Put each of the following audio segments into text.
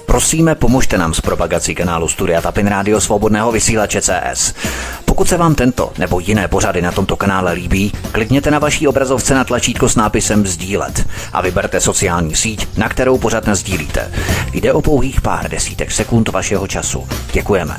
Prosíme, pomožte nám s propagací kanálu Studia Tapin Rádio Svobodného vysílače CS. Pokud se vám tento nebo jiné pořady na tomto kanále líbí, klikněte na vaší obrazovce na tlačítko s nápisem sdílet a vyberte sociální síť, na kterou pořad nasdílíte. Jde o pouhých pár desítek sekund vašeho času. Děkujeme.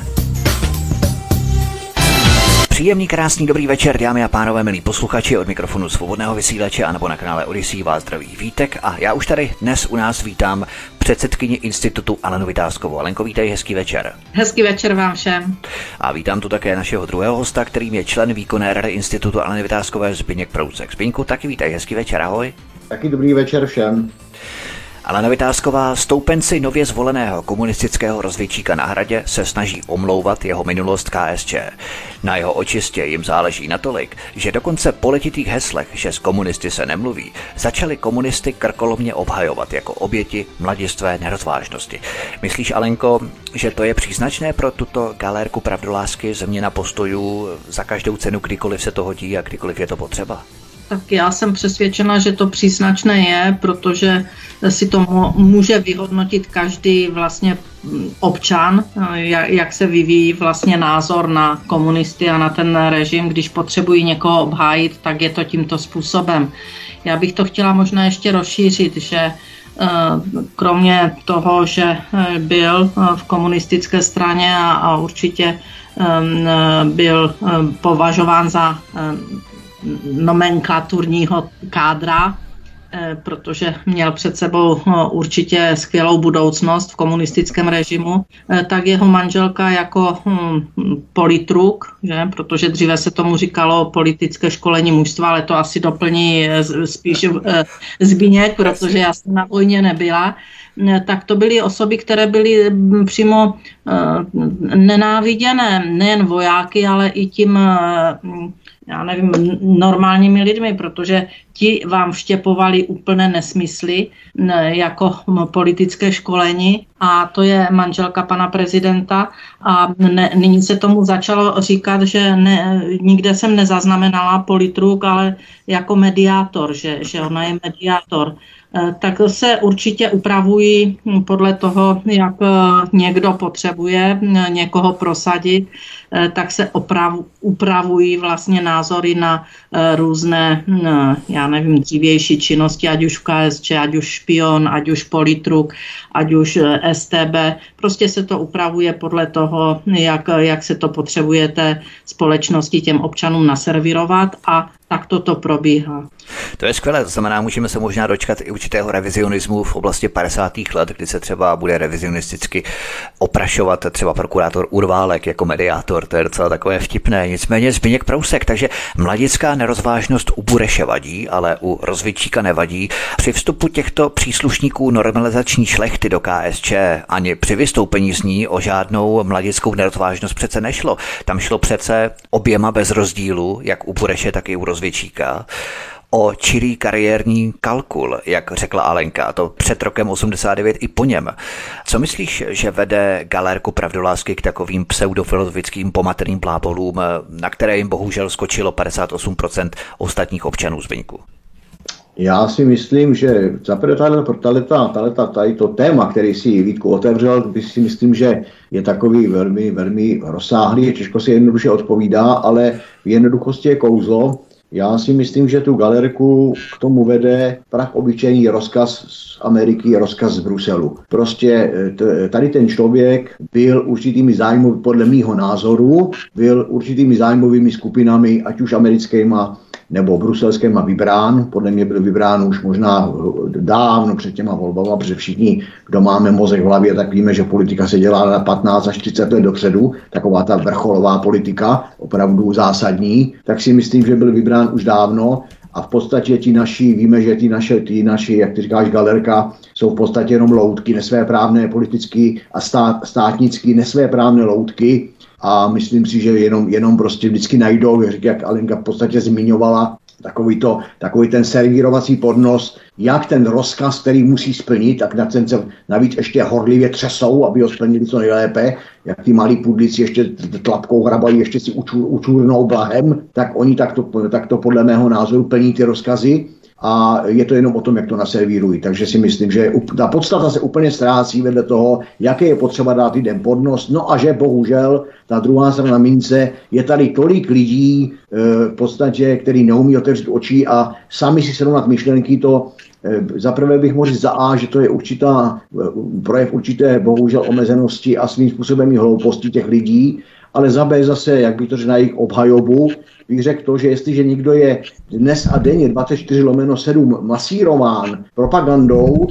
Příjemný, krásný, dobrý večer, dámy a pánové, milí posluchači, od mikrofonu Svobodného vysílače a nebo na kanále Odyssey vás zdraví Vítek a já už tady dnes u nás vítám předsedkyni institutu Alenu Vitáskovou. Alenko, vítej, hezký večer. Hezký večer vám všem. A vítám tu také našeho druhého hosta, kterým je člen výkonné rady institutu Aleny Vitáskové Zbyněk Proucek. Zbyňku, taky vítej, hezký večer, ahoj. Taky dobrý večer všem. Alena Vitásková, stoupenci nově zvoleného komunistického rozvědčíka na Hradě, se snaží omlouvat jeho minulost KSČ. Na jeho očistě jim záleží natolik, že dokonce po letitých heslech, že s komunisty se nemluví, začali komunisty krkolomně obhajovat jako oběti mladistvé nerozvážnosti. Myslíš, Alenko, že to je příznačné pro tuto galérku pravdolásky, změna postojů za každou cenu, kdykoliv se to hodí a kdykoliv je to potřeba? Tak já jsem přesvědčena, že to příznačné je, protože si to může vyhodnotit každý vlastně občan, jak se vyvíjí vlastně názor na komunisty a na ten režim. Když potřebují někoho obhájit, tak je to tímto způsobem. Já bych to chtěla možná ještě rozšířit, že kromě toho, že byl v komunistické straně a určitě byl považován za nomenklaturního kádra, protože měl před sebou určitě skvělou budoucnost v komunistickém režimu, tak jeho manželka jako politruk, že? Protože dříve se tomu říkalo politické školení mužstva, ale to asi doplní spíš Zbyněk, protože já jsem na vojně nebyla, tak to byly osoby, které byly přímo nenáviděné nejen vojáky, ale i tím normálními lidmi, protože ti vám vštěpovali úplné nesmysly jako politické školení a to je manželka pana prezidenta a nyní se tomu začalo říkat, že nikde jsem nezaznamenala politruk, ale jako mediátor, že ona je mediátor. Tak se určitě upravují podle toho, jak někdo potřebuje někoho prosadit, tak se upravují vlastně názory na různé, dřívější činnosti, ať už v KSČ, ať už špion, ať už politruk, ať už STB. Prostě se to upravuje podle toho, jak se to potřebuje té společnosti těm občanům naservirovat a tak toto probíhá. To je skvělé, to znamená, můžeme se možná dočkat i určitého revizionismu v oblasti 50. let, kdy se třeba bude revizionisticky oprašovat třeba prokurátor Urválek jako mediátor, to je docela takové vtipné. Nicméně Zbyněk Prousek, takže mladická nerozvážnost u Bureše vadí, ale u rozvědčíka nevadí. Při vstupu těchto příslušníků normalizační šlechty do KSČ ani při vystoupení z ní o žádnou mladickou nerozvážnost přece nešlo. Tam šlo přece oběma bez rozdílu, jak u Bureše, tak i u rozvědčíka, o čirý kariérní kalkul, jak řekla Alenka, a to před rokem 89 i po něm. Co myslíš, že vede galérku pravdolásky k takovým pseudofilozofickým pomateným blábolům, na které jim bohužel skočilo 58% ostatních občanů, Zbyňku? Já si myslím, že tady to téma, který si Vítku otevřel, si myslím, že je takový velmi, velmi rozsáhlý, těžko se jednoduše odpovídá, ale v jednoduchosti je kouzlo. Já si myslím, že tu galérku k tomu vede prach obyčejný rozkaz z Ameriky, rozkaz z Bruselu. Prostě tady ten člověk byl určitými zájmy, podle mýho názoru, byl určitými zájmovými skupinami, ať už americkýma nebo bruselskýma vybrán. Podle mě byl vybrán už možná dávno před těma volbama, protože všichni, kdo máme mozek v hlavě, tak víme, že politika se dělá na 15 až 30 let dopředu, taková ta vrcholová politika, opravdu zásadní, tak si myslím, že byl vybrán už dávno. A v podstatě ti naši, víme, že ti naši, jak ty říkáš, galerka, jsou v podstatě jenom loutky, nesvéprávné politicky a státnicky nesvéprávné loutky. A myslím si, že jenom prostě vždycky najdou, jak Alenka v podstatě zmiňovala, takový ten servírovací podnos, jak ten rozkaz, který musí splnit, tak na ten se navíc ještě horlivě třesou, aby ho splnili co nejlépe, jak ty malí pudlici ještě tlapkou hrabají, ještě si učurnou blahem, tak oni takto podle mého názoru plní ty rozkazy. a je to jenom o tom, jak to naservírují. Takže si myslím, že ta podstata se úplně ztrácí vedle toho, jaké je potřeba dát lidem pod nos. No a že bohužel ta druhá strana mince, je tady tolik lidí v podstatě, který neumí otevřít oči a sami si srovnat myšlenky, to zaprvé bych mohl říct za A, že to je projev určité bohužel omezenosti a svým způsobem i hlouposti těch lidí, ale za B zase, jak bych to řekl na jejich obhajobu, bych řekl to, že jestliže někdo je dnes a denně 24/7 masírován propagandou,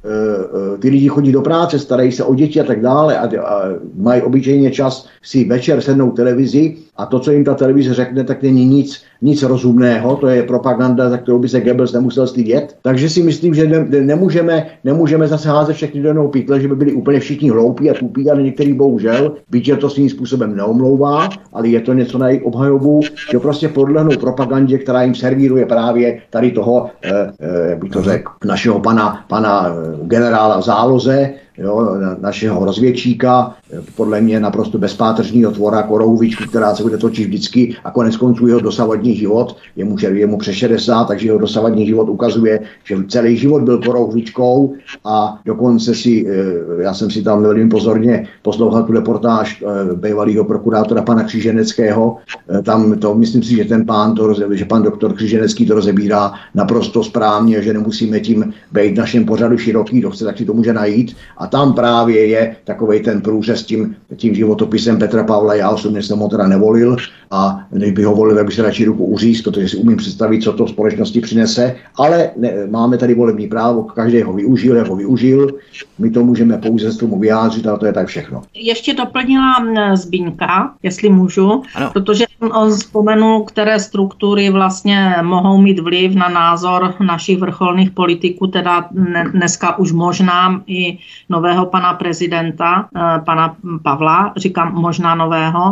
ty lidi chodí do práce, starají se o děti a tak dále a mají obyčejně čas si večer sednout televizi a to, co jim ta televize řekne, tak není nic rozumného, to je propaganda, za kterou by se Goebbels nemusel stydět. Takže si myslím, že nemůžeme zase házet všechny do jednoho pytle, že by byli úplně všichni hloupí a tupí, ale některý bohužel, byť je to svým způsobem neomlouvá, ale je to něco na jejich obhajobu, že prostě podlehnou propagandě, která jim servíruje právě tady toho, jak bych to řekl, našeho pana generála v záloze, jo, našeho rozvědčíka, podle mě naprosto bezpátržního tvora Korouhvičku, která se bude točit vždycky a konec konců jeho dosavadní život, je mu přes 60, takže jeho dosavadní život ukazuje, že celý život byl Korouhvičkou a dokonce já jsem si tam velmi pozorně poslouchal tu reportáž bývalého prokurátora pana Křiženeckého, tam to myslím si, že že pan doktor Křiženecký to rozebírá naprosto správně, že nemusíme tím být v našem pořadu široký, kdo chce, tak si to může najít. A tam právě je takovej ten průřez tím životopisem Petra Pavla. Já osobně jsem ho teda nevolil a než by ho volil, tak by se radši ruku uřízl, protože si umím představit, co to v společnosti přinese. Ale máme tady volební právo, každý ho využil, my to můžeme pouze s tomu vyjádřit, ale to je tak všechno. Ještě doplnila Zbyňka, jestli můžu, ano. Protože on vzpomenul, které struktury vlastně mohou mít vliv na názor našich vrcholných politiků, teda dneska už možná i nového pana prezidenta, pana Pavla, říkám možná nového,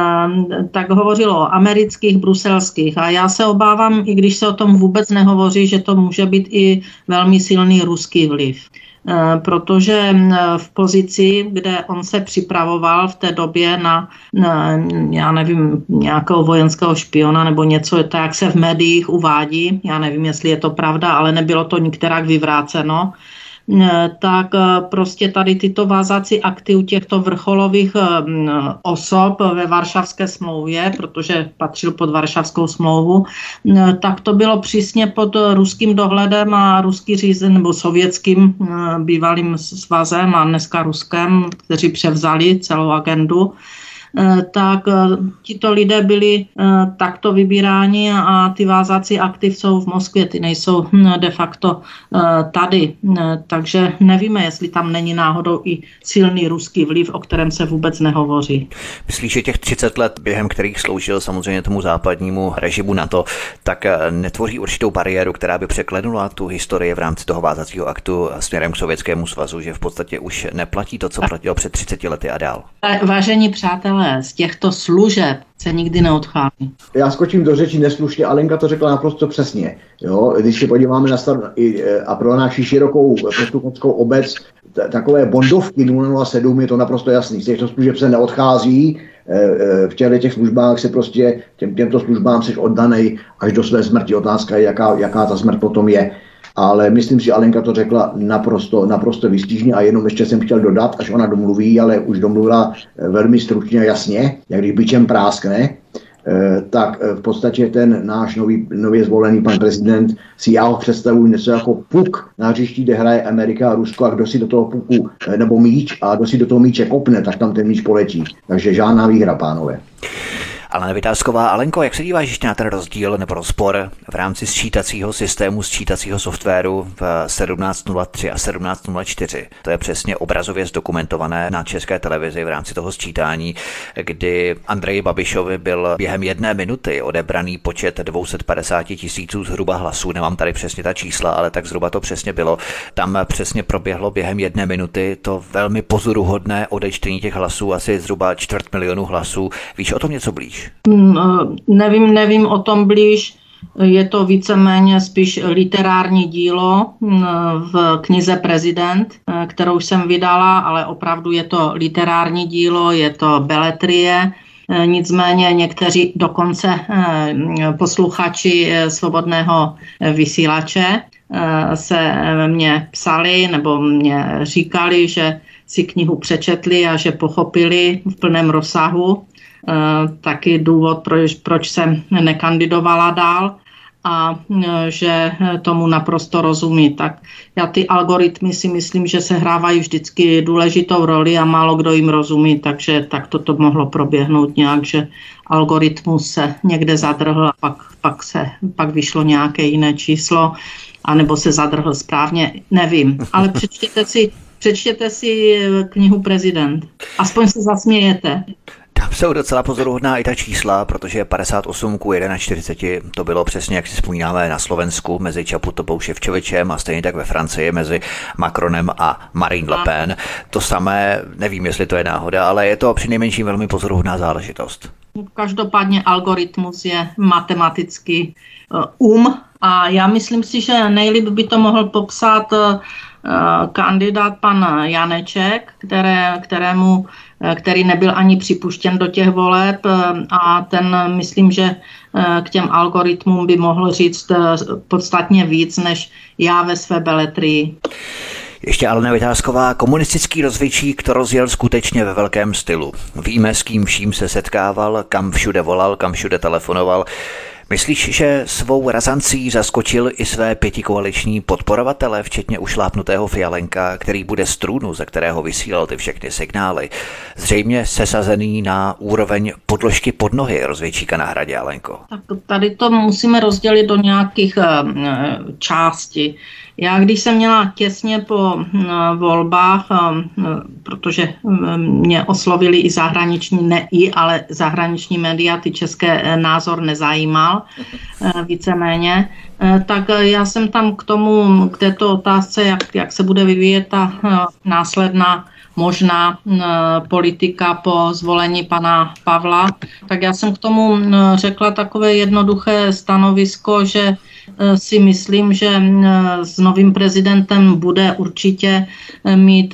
tak hovořilo o amerických, bruselských a já se obávám, i když se o tom vůbec nehovoří, že to může být i velmi silný ruský vliv. Protože v pozici, kde on se připravoval v té době na já nevím, nějakého vojenského špiona nebo něco, tak jak se v médiích uvádí, já nevím, jestli je to pravda, ale nebylo to nikterak vyvráceno, tak prostě tady tyto vázací akty u těchto vrcholových osob ve Varšavské smlouvě, protože patřil pod Varšavskou smlouvu, tak to bylo přísně pod ruským dohledem a ruský řízen nebo sovětským bývalým svazem a dneska Ruskem, kteří převzali celou agendu. Tak tito lidé byli takto vybíráni a ty vázací akty jsou v Moskvě, ty nejsou de facto tady. Takže nevíme, jestli tam není náhodou i silný ruský vliv, o kterém se vůbec nehovoří. Myslíš, že těch 30 let, během kterých sloužil samozřejmě tomu západnímu režimu NATO, tak netvoří určitou bariéru, která by překlenula tu historii v rámci toho vázacího aktu směrem k Sovětskému svazu, že v podstatě už neplatí to, co platilo před 30 lety a dál? Vážení přátelé, z těchto služeb se nikdy neodchází. Já skočím do řeči neslušně, Alenka to řekla naprosto přesně. Jo? Když se podíváme na a pro naši širokou posluchačskou obec, takové bondovky 007 je to naprosto jasný. Z těchto služeb se neodchází, v těch službách se prostě těmto službám jsi oddanej až do své smrti. Otázka je, jaká ta smrt potom je. Ale myslím si, že Alenka to řekla naprosto výstižně a jenom ještě jsem chtěl dodat, až ona domluví, ale už domluvila velmi stručně a jasně, jak když bičem práskne, tak v podstatě ten náš nově zvolený pan prezident si já ho představuji něco jako puk na hřišti, kde hraje Amerika a Rusko a kdo si do toho puku nebo míč a kdo si do toho míče kopne, tak tam ten míč poletí. Takže žádná výhra, pánové. Alena Vytázková. Alenko, jak se díváš ještě na ten rozdíl nebo rozpor v rámci sčítacího systému, sčítacího softwaru v 1703 a 1704? To je přesně obrazově zdokumentované na České televizi v rámci toho sčítání, kdy Andreji Babišovi byl během 1 minuty odebraný počet 250 000 zhruba hlasů. Nemám tady přesně ta čísla, ale tak zhruba to přesně bylo. Tam přesně proběhlo během 1 minuty to velmi pozoruhodné odečtení těch hlasů, asi zhruba 250 000 hlasů. Víš o tom něco blíž? Nevím o tom blíž. Je to víceméně spíš literární dílo v knize Prezident, kterou jsem vydala, ale opravdu je to literární dílo, je to beletrie Nicméně někteří dokonce posluchači Svobodného vysílače se mě psali nebo mě říkali, že si knihu přečetli a že pochopili v plném rozsahu taky důvod, proč jsem nekandidovala dál a že tomu naprosto rozumí. Tak já ty algoritmy si myslím, že se hrávají vždycky důležitou roli a málo kdo jim rozumí, takže tak to mohlo proběhnout nějak, že algoritmus se někde zadrhl a pak vyšlo nějaké jiné číslo, anebo se zadrhl správně, nevím. Ale přečtěte si knihu Prezident. Aspoň se zasmějete. Tam jsou docela pozoruhodná i ta čísla, protože 58:41, to bylo přesně, jak si vzpomínáme, na Slovensku mezi Čaputovou Ševčovičem a stejně tak ve Francii mezi Macronem a Marine Le Pen. To samé, nevím, jestli to je náhoda, ale je to přinejmenším velmi pozoruhodná záležitost. Každopádně algoritmus je matematický a já myslím si, že nejlíp by to mohl popsat kandidát pan Janeček, který nebyl ani připuštěn do těch voleb a ten, myslím, že k těm algoritmům by mohl říct podstatně víc, než já ve své beletrii. Ještě Alena Vitásková, komunistický rozvědčík to rozjel skutečně ve velkém stylu. Víme, s kým vším se setkával, kam všude volal, kam všude telefonoval. Myslíš, že svou razancí zaskočil i své pětikoaliční podporovatele, včetně ušlápnutého Fialenka, který bude z trůnu, ze kterého vysílal ty všechny signály, zřejmě sesazený na úroveň podložky pod nohy rozvědčíka na Hradě, Alenko? Tak tady to musíme rozdělit do nějakých částí. Já když jsem měla těsně po volbách, protože mě oslovili i zahraniční, ale zahraniční média, ty české názor nezajímal víceméně, tak já jsem tam k této otázce, jak se bude vyvíjet ta následná možná politika po zvolení pana Pavla, tak já jsem k tomu řekla takové jednoduché stanovisko, že si myslím, že s novým prezidentem bude určitě mít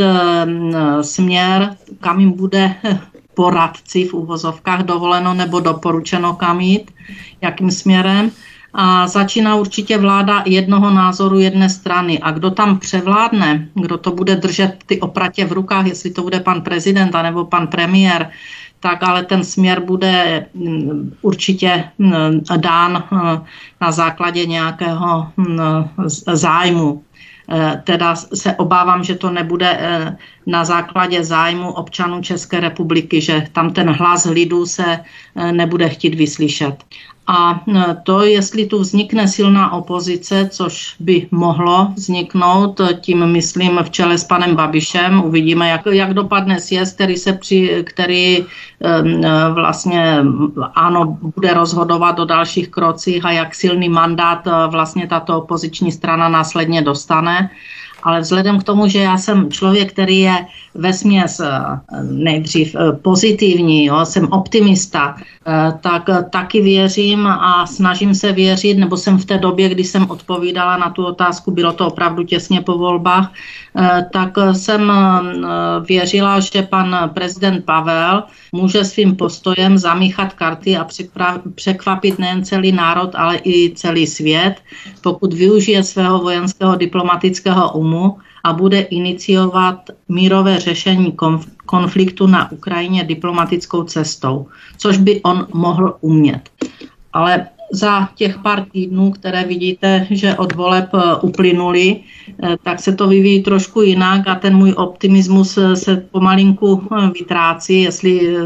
směr, kam jim bude poradci v uvozovkách dovoleno nebo doporučeno kam jít, jakým směrem. A začíná určitě vláda jednoho názoru jedné strany. A kdo tam převládne, kdo to bude držet ty opratě v rukách, jestli to bude pan prezident nebo pan premiér, tak ale ten směr bude určitě dán na základě nějakého zájmu. Teda se obávám, že to nebude na základě zájmu občanů České republiky, že tam ten hlas lidu se nebude chtít vyslyšet. A to, jestli tu vznikne silná opozice, což by mohlo vzniknout, tím myslím v čele s panem Babišem, uvidíme, jak dopadne sjezd, který vlastně ano, bude rozhodovat o dalších krocích a jak silný mandát vlastně tato opoziční strana následně dostane. Ale vzhledem k tomu, že já jsem člověk, který je vesměs nejdřív pozitivní, jsem optimista, tak taky věřím a snažím se věřit, nebo jsem v té době, kdy jsem odpovídala na tu otázku, bylo to opravdu těsně po volbách, tak jsem věřila, že pan prezident Pavel může svým postojem zamíchat karty a překvapit nejen celý národ, ale i celý svět, pokud využije svého vojenského diplomatického umu a bude iniciovat mírové řešení konfliktu na Ukrajině diplomatickou cestou, což by on mohl umět. Ale za těch pár týdnů, které vidíte, že od voleb uplynuly, tak se to vyvíjí trošku jinak a ten můj optimismus se pomalinku vytrácí, jestli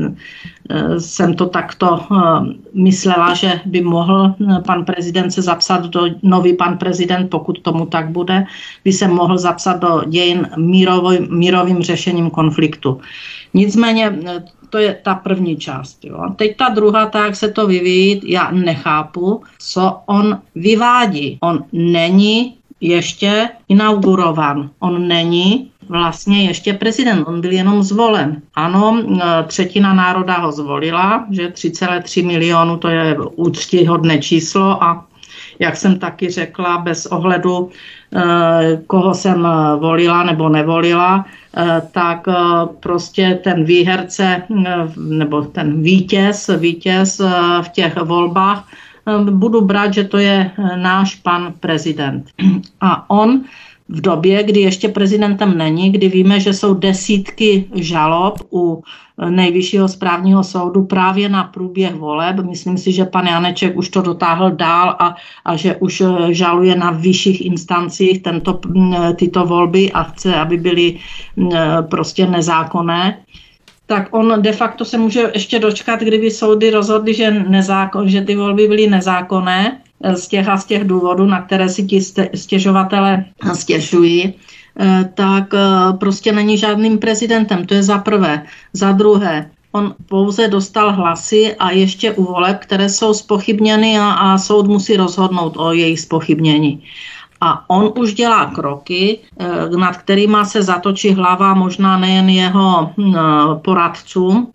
jsem to takto myslela, že by mohl pan prezident se zapsat nový pan prezident, pokud tomu tak bude, by se mohl zapsat do dějin mírovým řešením konfliktu. Nicméně to je ta první část. Jo. Teď ta druhá, tak jak se to vyvíjí, já nechápu, co on vyvádí. On není ještě inaugurovan. On není vlastně ještě prezident. On byl jenom zvolen. Ano, třetina národa ho zvolila, že 3,3 milionu, to je úctyhodné číslo a jak jsem taky řekla, bez ohledu, koho jsem volila nebo nevolila, tak prostě ten výherce nebo ten vítěz v těch volbách budu brát, že to je náš pan prezident. A on v době, kdy ještě prezidentem není, kdy víme, že jsou desítky žalob u Nejvyššího správního soudu právě na průběh voleb. Myslím si, že pan Janeček už to dotáhl dál a že už žaluje na vyšších instancích tyto volby a chce, aby byly prostě nezákonné. Tak on de facto se může ještě dočkat, kdyby soudy rozhodly, že ty volby byly nezákonné z těch důvodů, na které si ti stěžovatelé stěžují, tak prostě není žádným prezidentem. To je za prvé. Za druhé, on pouze dostal hlasy a ještě u voleb, které jsou zpochybněny a soud musí rozhodnout o jejich zpochybnění. A on už dělá kroky, nad kterými se zatočí hlava možná nejen jeho poradcům,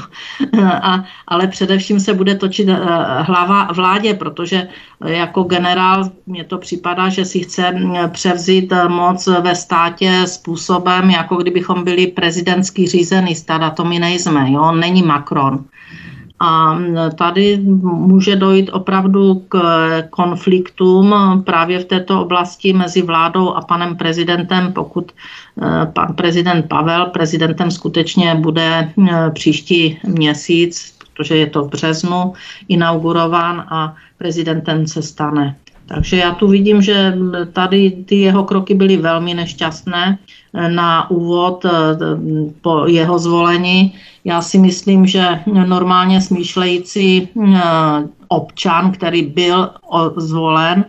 ale především se bude točit hlava vládě, protože jako generál mně to připadá, že si chce převzít moc ve státě způsobem, jako kdybychom byli prezidentský řízený stát, a to my nejsme, jo? Není Macron. A tady může dojít opravdu k konfliktům právě v této oblasti mezi vládou a panem prezidentem, pokud pan prezident Pavel prezidentem skutečně bude příští měsíc, protože je to v březnu inaugurován a prezidentem se stane. Takže já tu vidím, že tady ty jeho kroky byly velmi nešťastné na úvod po jeho zvolení. Já si myslím, že normálně smýšlející občan, který byl zvolen,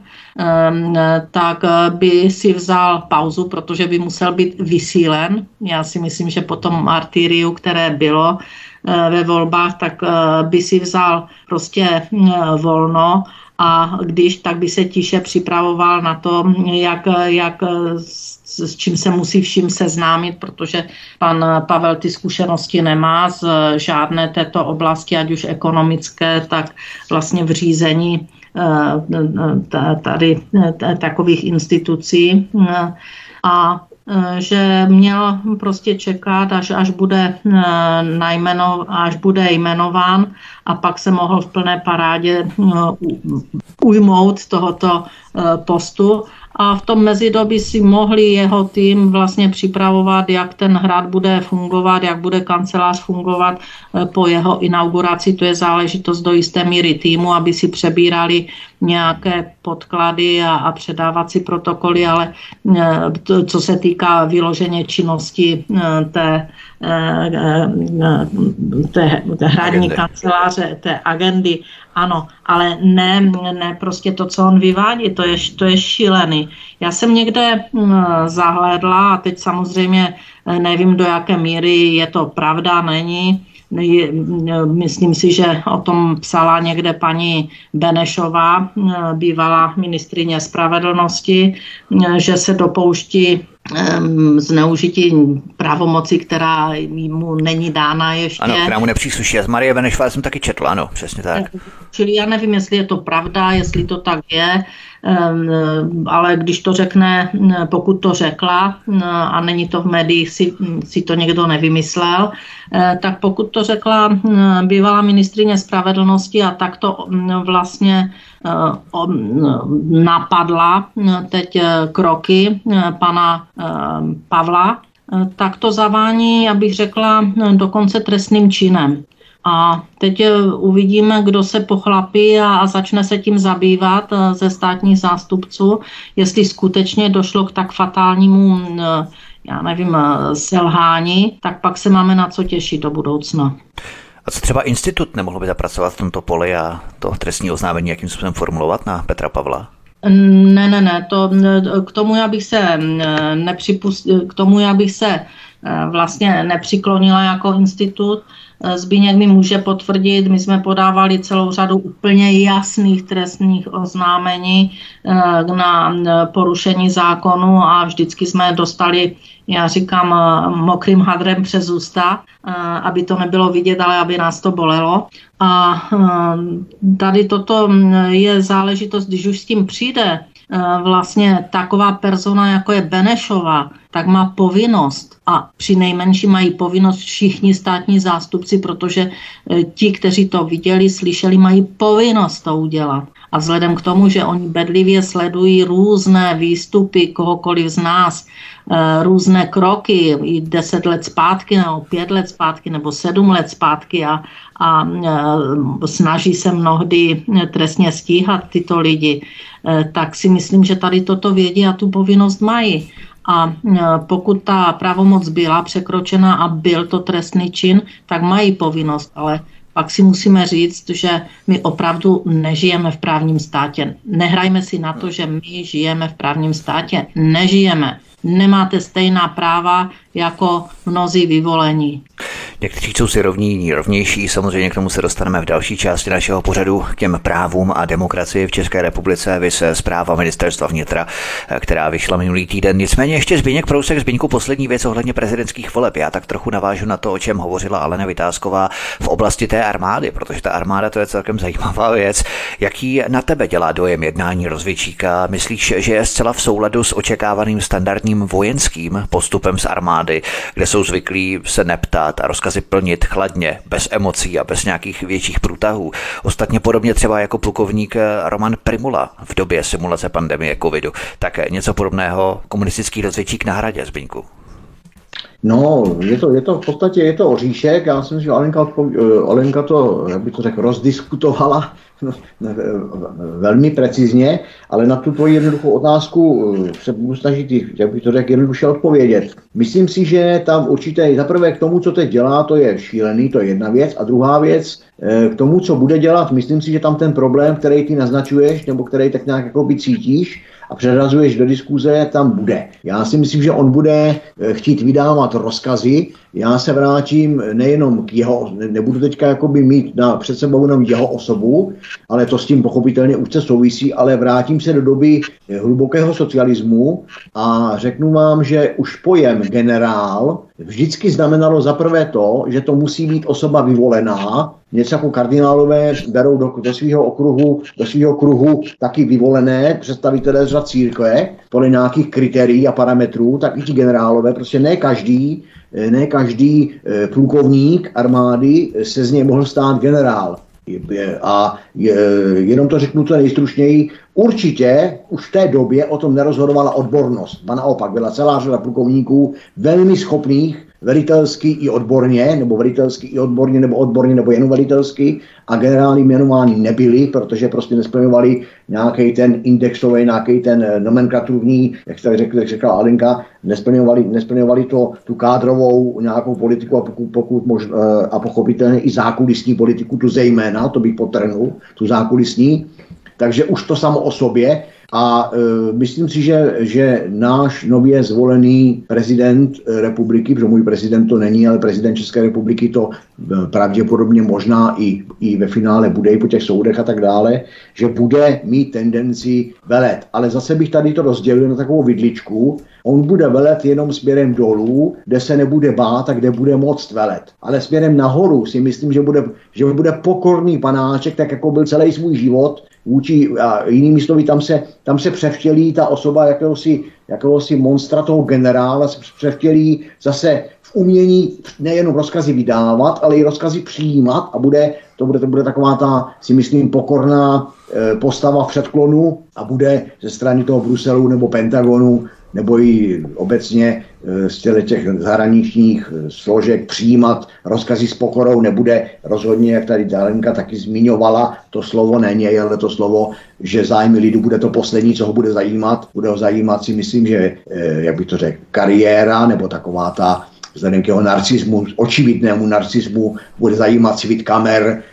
tak by si vzal pauzu, protože by musel být vysílen. Já si myslím, že po tom martyriu, které bylo ve volbách, tak by si vzal prostě volno a když, tak by se tiše připravoval na to, s čím se musí vším seznámit, protože pan Pavel ty zkušenosti nemá z žádné této oblasti, ať už ekonomické, tak vlastně v řízení tady takových institucí. A že měl prostě čekat, až bude jmenován a pak se mohl v plné parádě ujmout tohoto postu. A v tom mezidobí si mohli jeho tým vlastně připravovat, jak ten hrad bude fungovat, jak bude kancelář fungovat po jeho inauguraci. To je záležitost do jisté míry týmu, aby si přebírali nějaké podklady a předávací protokoly, ale co se týká vyloženě činnosti té hradní kanceláře, té agendy, ano, ale ne prostě to, co on vyvádí, to je šílený. Já jsem někde zahlédla a teď samozřejmě nevím, do jaké míry je to pravda, není. Myslím si, že o tom psala někde paní Benešová, bývalá ministryně spravedlnosti, že se dopouští zneužití pravomoci, která mu není dána ještě. Ano, která mu nepřísluší. Z Marie Benešová jsem taky četl, ano, přesně tak. Čili já nevím, jestli je to pravda, jestli to tak je, ale když to řekne, pokud to řekla a není to v médiích, si to někdo nevymyslel, tak pokud to řekla bývalá ministryně spravedlnosti a tak to vlastně napadla teď kroky pana Pavla, tak to zavání, abych řekla, dokonce trestným činem. A teď uvidíme, kdo se pochlapí a začne se tím zabývat ze státních zástupců, jestli skutečně došlo k tak fatálnímu, selhání, tak pak se máme na co těšit do budoucna. A co třeba institut nemohl by zapracovat v tomto poli a to trestní oznámení jakým způsobem formulovat na Petra Pavla? Ne, k tomu já bych se vlastně nepřiklonila jako institut. Zbyněk mi může potvrdit, my jsme podávali celou řadu úplně jasných trestních oznámení na porušení zákonu a vždycky jsme dostali, já říkám, mokrým hadrem přes ústa, aby to nebylo vidět, ale aby nás to bolelo. A tady toto je záležitost, když už s tím přijde vlastně taková persona, jako je Benešová, tak má povinnost, a přinejmenším mají povinnost všichni státní zástupci, protože ti, kteří to viděli, slyšeli, mají povinnost to udělat. A vzhledem k tomu, že oni bedlivě sledují různé výstupy kohokoliv z nás, různé kroky, i 10 let zpátky, nebo 5 let zpátky, nebo 7 let zpátky a snaží se mnohdy trestně stíhat tyto lidi, tak si myslím, že tady toto vědí a tu povinnost mají. A pokud ta pravomoc byla překročena a byl to trestný čin, tak mají povinnost, ale pak si musíme říct, že my opravdu nežijeme v právním státě. Nehrajme si na to, že my žijeme v právním státě. Nežijeme. Nemáte stejná práva jako mnozí vyvolení. Někteří jsou si rovní, rovnější, samozřejmě k tomu se dostaneme v další části našeho pořadu, k těm právům a demokracii v České republice, viz zpráva Ministerstva vnitra, která vyšla minulý týden. Nicméně ještě Zbyněk Prousek. Zbyňku, poslední věc ohledně prezidentských voleb. Já tak trochu navážu na to, o čem hovořila Alena Vitásková v oblasti té armády, protože ta armáda, to je celkem zajímavá věc. Jaký na tebe dělá dojem jednání rozvědčíka? Myslíš, že je zcela v souladu s očekávaným standardním vojenským postupem z armády, kde jsou zvyklí se neptat a rozkazy plnit chladně, bez emocí a bez nějakých větších průtahů? Ostatně podobně třeba jako plukovník Roman Prymula v době simulace pandemie covidu. Tak něco podobného komunistický rozvědčík na Hradě, Zbyňku. No, je to v podstatě je to oříšek. Já si myslím, že Alenka to, jak bych to řekl, rozdiskutovala velmi precizně, ale na tu tvoji jednoduchou otázku se budu snažit, jak bych to řekl, jednoduše odpovědět. Myslím si, že tam určitě zaprvé k tomu, co teď dělá, to je šílený, to je jedna věc, a druhá věc, k tomu, co bude dělat, myslím si, že tam ten problém, který ty naznačuješ, nebo který tak nějak jakoby cítíš a přerazuješ do diskuze, tam bude. Já si myslím, že on bude chtít vydávat rozkazy. Já se vrátím nejenom k jeho, nebudu teďka jakoby mít před sebou jenom jeho osobu, ale to s tím pochopitelně úzce souvisí, ale vrátím se do doby hlubokého socialismu a řeknu vám, že už pojem generál vždycky znamenalo zaprvé to, že to musí být osoba vyvolená. Něco jako kardinálové berou do svého kruhu taky vyvolené představitelé z řad církve podle nějakých kritérií a parametrů, tak i ti generálové, prostě ne každý plukovník armády se z něj mohl stát generál. A jenom to řeknu co nejstručněji, určitě už v té době o tom nerozhodovala odbornost. A naopak byla celá řada plukovníků velmi schopných velitelsky i odborně, nebo odborně, nebo jen velitelsky, a generály jmenováni nebyli, protože prostě nesplňovali nějaký ten indexový, nějaký ten nomenklaturní, jak řekla Alenka, nesplňovali tu kádrovou nějakou politiku a pochopitelně i zákulisní politiku, tu zejména, to bych podtrhnul, tu zákulisní. Takže už to samo o sobě. A myslím si, že náš nově zvolený prezident republiky, protože můj prezident to není, ale prezident České republiky to pravděpodobně možná i ve finále bude, i po těch soudech a tak dále, že bude mít tendenci velet. Ale zase bych tady to rozdělil na takovou vidličku. On bude velet jenom směrem dolů, kde se nebude bát a kde bude moct velet. Ale směrem nahoru si myslím, že bude pokorný panáček, tak jako byl celý svůj život, a jinými slovy, tam se převtělí ta osoba jakéhosi monstra toho generála, se převtělí zase v umění nejenom rozkazy vydávat, ale i rozkazy přijímat a to bude taková ta, si myslím, pokorná postava v předklonu a bude ze strany toho Bruselu nebo Pentagonu nebo i obecně z těch zahraničních složek přijímat rozkazy s pokorou, nebude rozhodně, jak tady Alenka taky zmiňovala, to slovo není, ale to slovo, že zájmy lidu bude to poslední, co ho bude zajímat. Bude ho zajímat, si myslím, že, jak bych to řekl, kariéra nebo taková ta vzhledem k jeho narcismu, očividnému narcismu, bude zajímat svit kamer,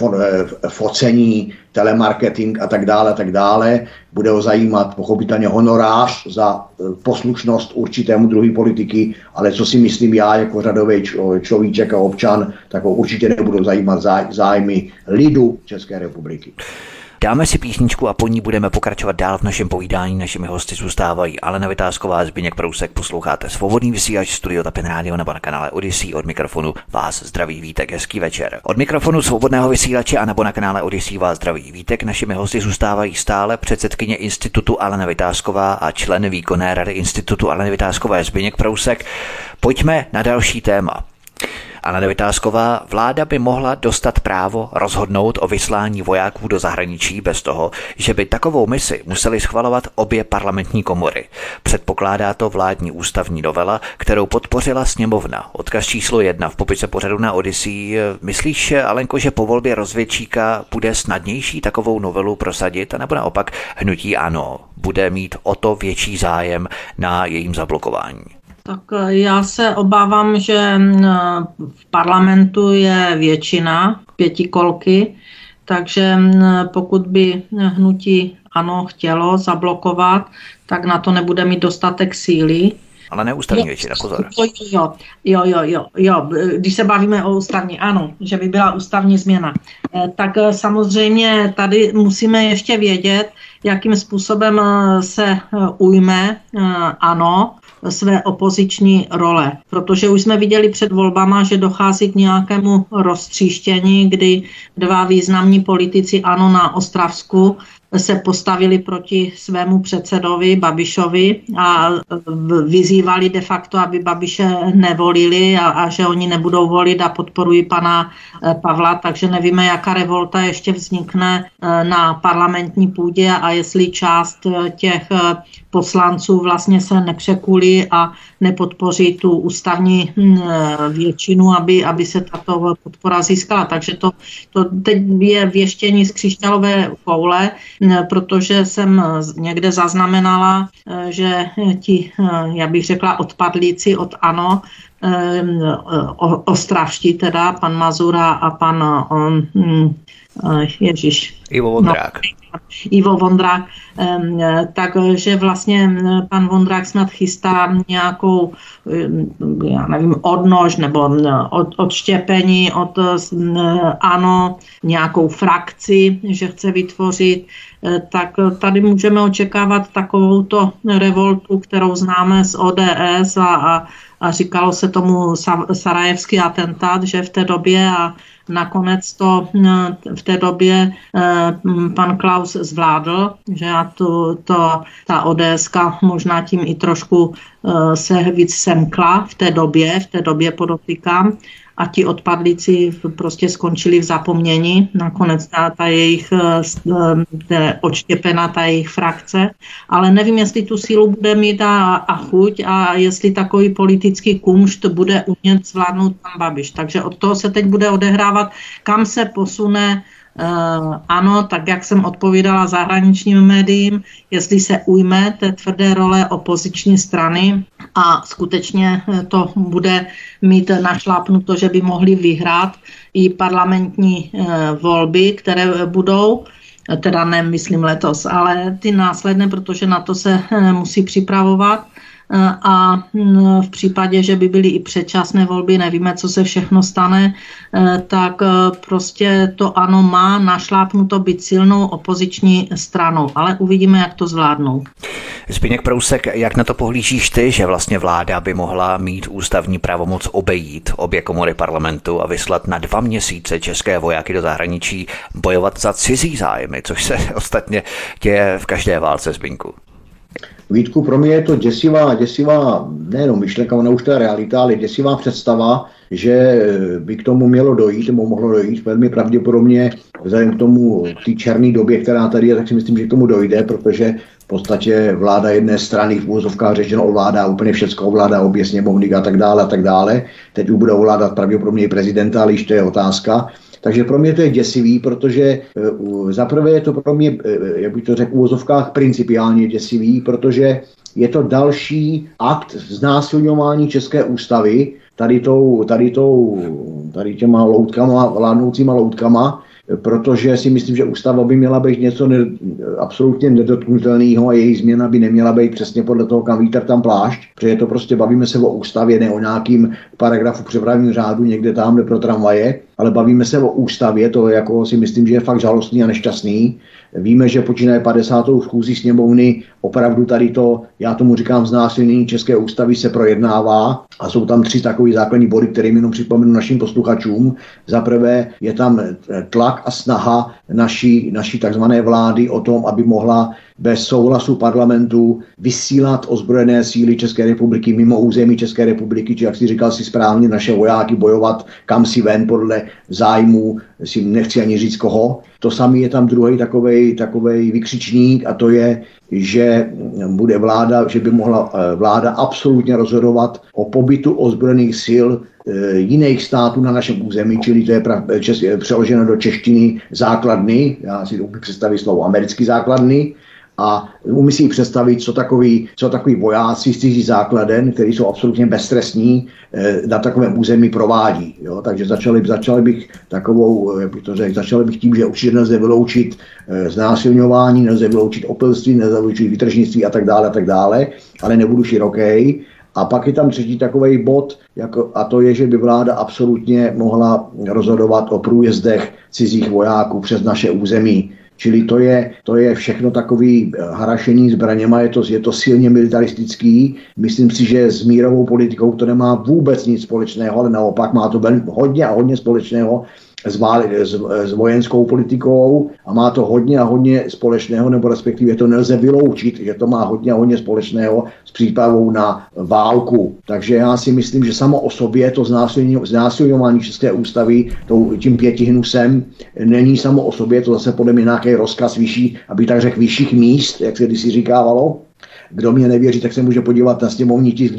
focení, telemarketing a tak dále. Bude ho zajímat pochopitelně honorář za poslušnost určitému druhu politiky, ale co si myslím já jako řadový človíček a občan, tak ho určitě nebudou zajímat zájmy lidu České republiky. Dáme si písničku a po ní budeme pokračovat dál v našem povídání. Našimi hosty zůstávají Alena Vitásková, Zbyněk Prousek. Posloucháte Svobodný vysílač, Studio Tapin Rádio nebo na kanále Odyssey. Od mikrofonu vás zdraví Vítek, hezký večer. Od mikrofonu Svobodného vysílače a nebo na kanále Odyssey vás zdraví Vítek. Našimi hosty zůstávají stále předsedkyně Institutu Alena Vitásková a člen výkonné rady Institutu Aleny Vitáskové Zbyněk Prousek. Pojďme na další téma. Alena Vitásková, vláda by mohla dostat právo rozhodnout o vyslání vojáků do zahraničí bez toho, že by takovou misi museli schvalovat obě parlamentní komory. Předpokládá to vládní ústavní novela, kterou podpořila sněmovna. Odkaz číslo 1 v popise pořadu na Odyssey. Myslíš, Alenko, že po volbě rozvědčíka bude snadnější takovou novelu prosadit, anebo naopak hnutí ANO bude mít o to větší zájem na jejím zablokování? Tak já se obávám, že v parlamentu je většina, 5 takže pokud by hnutí ANO chtělo zablokovat, tak na to nebude mít dostatek síly. Ale ne ústavní většina, pozor. Jo, když se bavíme o ústavní, ano, že by byla ústavní změna. Tak samozřejmě tady musíme ještě vědět, jakým způsobem se ujme ANO své opoziční role. Protože už jsme viděli před volbama, že dochází k nějakému roztříštění, kdy 2 významní politici ANO na Ostravsku se postavili proti svému předsedovi Babišovi a vyzývali de facto, aby Babiše nevolili a že oni nebudou volit a podporují pana Pavla, takže nevíme, jaká revolta ještě vznikne na parlamentní půdě a jestli část těch poslanců vlastně se nepřekulí a nepodpoří tu ústavní většinu, aby se tato podpora získala. Takže to teď je věštění z křišťálové koule, protože jsem někde zaznamenala, že ti, já bych řekla, odpadlíci od ANO, ostravští teda, pan Mazura a pan Ivo Vondrák. Ivo Vondrák, takže vlastně pan Vondrák snad chystá nějakou, já nevím, odnož nebo odštěpení od ANO, nějakou frakci, že chce vytvořit, tak tady můžeme očekávat takovouto revoltu, kterou známe z ODS a říkalo se tomu sarajevský atentát, že v té době a nakonec to v té době pan Klaus zvládl, že ta ODSka možná tím i trošku se víc semkla v té době podotýkám, a ti odpadlíci prostě skončili v zapomnění. Nakonec ta jejich odštěpena, ta jejich frakce. Ale nevím, jestli tu sílu bude mít a chuť a jestli takový politický kumšt bude umět zvládnout pan Babiš. Takže od toho se teď bude odehrávat, kam se posune ANO, tak jak jsem odpovídala zahraničním médiím, jestli se ujme té tvrdé role opoziční strany a skutečně to bude mít našlápnuto, že by mohli vyhrát i parlamentní volby, které budou, teda nemyslím letos, ale ty následné, protože na to se musí připravovat. A v případě, že by byly i předčasné volby, nevíme, co se všechno stane, tak prostě to ANO má našlápnuto být silnou opoziční stranou, ale uvidíme, jak to zvládnou. Zbyněk Prousek, jak na to pohlížíš ty, že vlastně vláda by mohla mít ústavní pravomoc obejít obě komory parlamentu a vyslat na 2 měsíce české vojáky do zahraničí bojovat za cizí zájmy, což se ostatně děje v každé válce, Zbyňku? Vítku, pro mě je to děsivá nejenom myšlenka, ona už to je realita, ale děsivá představa, že by k tomu mělo dojít, nebo mohlo dojít velmi pravděpodobně vzhledem k tomu té černé době, která tady je, tak si myslím, že k tomu dojde, protože v podstatě vláda jedné strany v úvozovkách řečeno ovládá úplně všecko, ovládá obě sněmovny a tak dále. Teď už bude ovládat pravděpodobně i prezidenta, ale již to je otázka. Takže pro mě to je děsivý, protože zaprvé je to pro mě, jak bych to řekl, v úvozovkách principiálně děsivý, protože je to další akt znásilňování české ústavy tady těma loutkama, vládnoucíma loutkama, protože si myslím, že ústava by měla být něco absolutně nedotknutelného a její změna by neměla být přesně podle toho, kam vítr tam plášť, protože to prostě bavíme se o ústavě, ne o nějakým paragrafu přepravního řádu někde tamhle pro tramvaje, ale bavíme se o ústavě, to jako si myslím, že je fakt žalostný a nešťastný. Víme, že počínaje 50. schůzí sněmovny opravdu tady to, já tomu říkám znásilnění české ústavy, se projednává a jsou tam 3 takové základní body, kterým jenom připomenu našim posluchačům. Za prvé je tam tlak a snaha naší takzvané vlády o tom, aby mohla bez souhlasu parlamentu vysílat ozbrojené síly České republiky mimo území České republiky, či jak si říkal si správně, naše vojáky bojovat kam si ven podle zájmu, si nechci ani říct koho. To samé je tam druhý takovej vykřičník a to je, že by mohla vláda absolutně rozhodovat o pobytu ozbrojených sil jiných států na našem území, čili to je přeloženo do češtiny základny, já si umím představit slovo americký základny, a umí si představit, co takový vojáci z cizí základen, který jsou absolutně beztrestní, na takovém území provádí. Jo? Takže začali bych tím, že určitě nelze vyloučit znásilňování, nelze vyloučit opilství, nelze vyloučit vytržnictví a tak dále, ale nebudu široký. A pak je tam třetí takový bod, a to je, že by vláda absolutně mohla rozhodovat o průjezdech cizích vojáků přes naše území. Čili to je všechno takový harašení zbraněma, je to silně militaristický. Myslím si, že s mírovou politikou to nemá vůbec nic společného, ale naopak má to hodně společného s vojenskou politikou a má to hodně společného, nebo respektive to nelze vyloučit, že to má hodně společného s přípravou na válku. Takže já si myslím, že samo o sobě to znásilňování České ústavy tím 5 hnusem není samo o sobě, to zase podle mě nějaký rozkaz vyšší, aby tak řekl vyšších míst, jak se kdysi říkávalo. Kdo mě nevěří, tak se může podívat na sněmovní tisk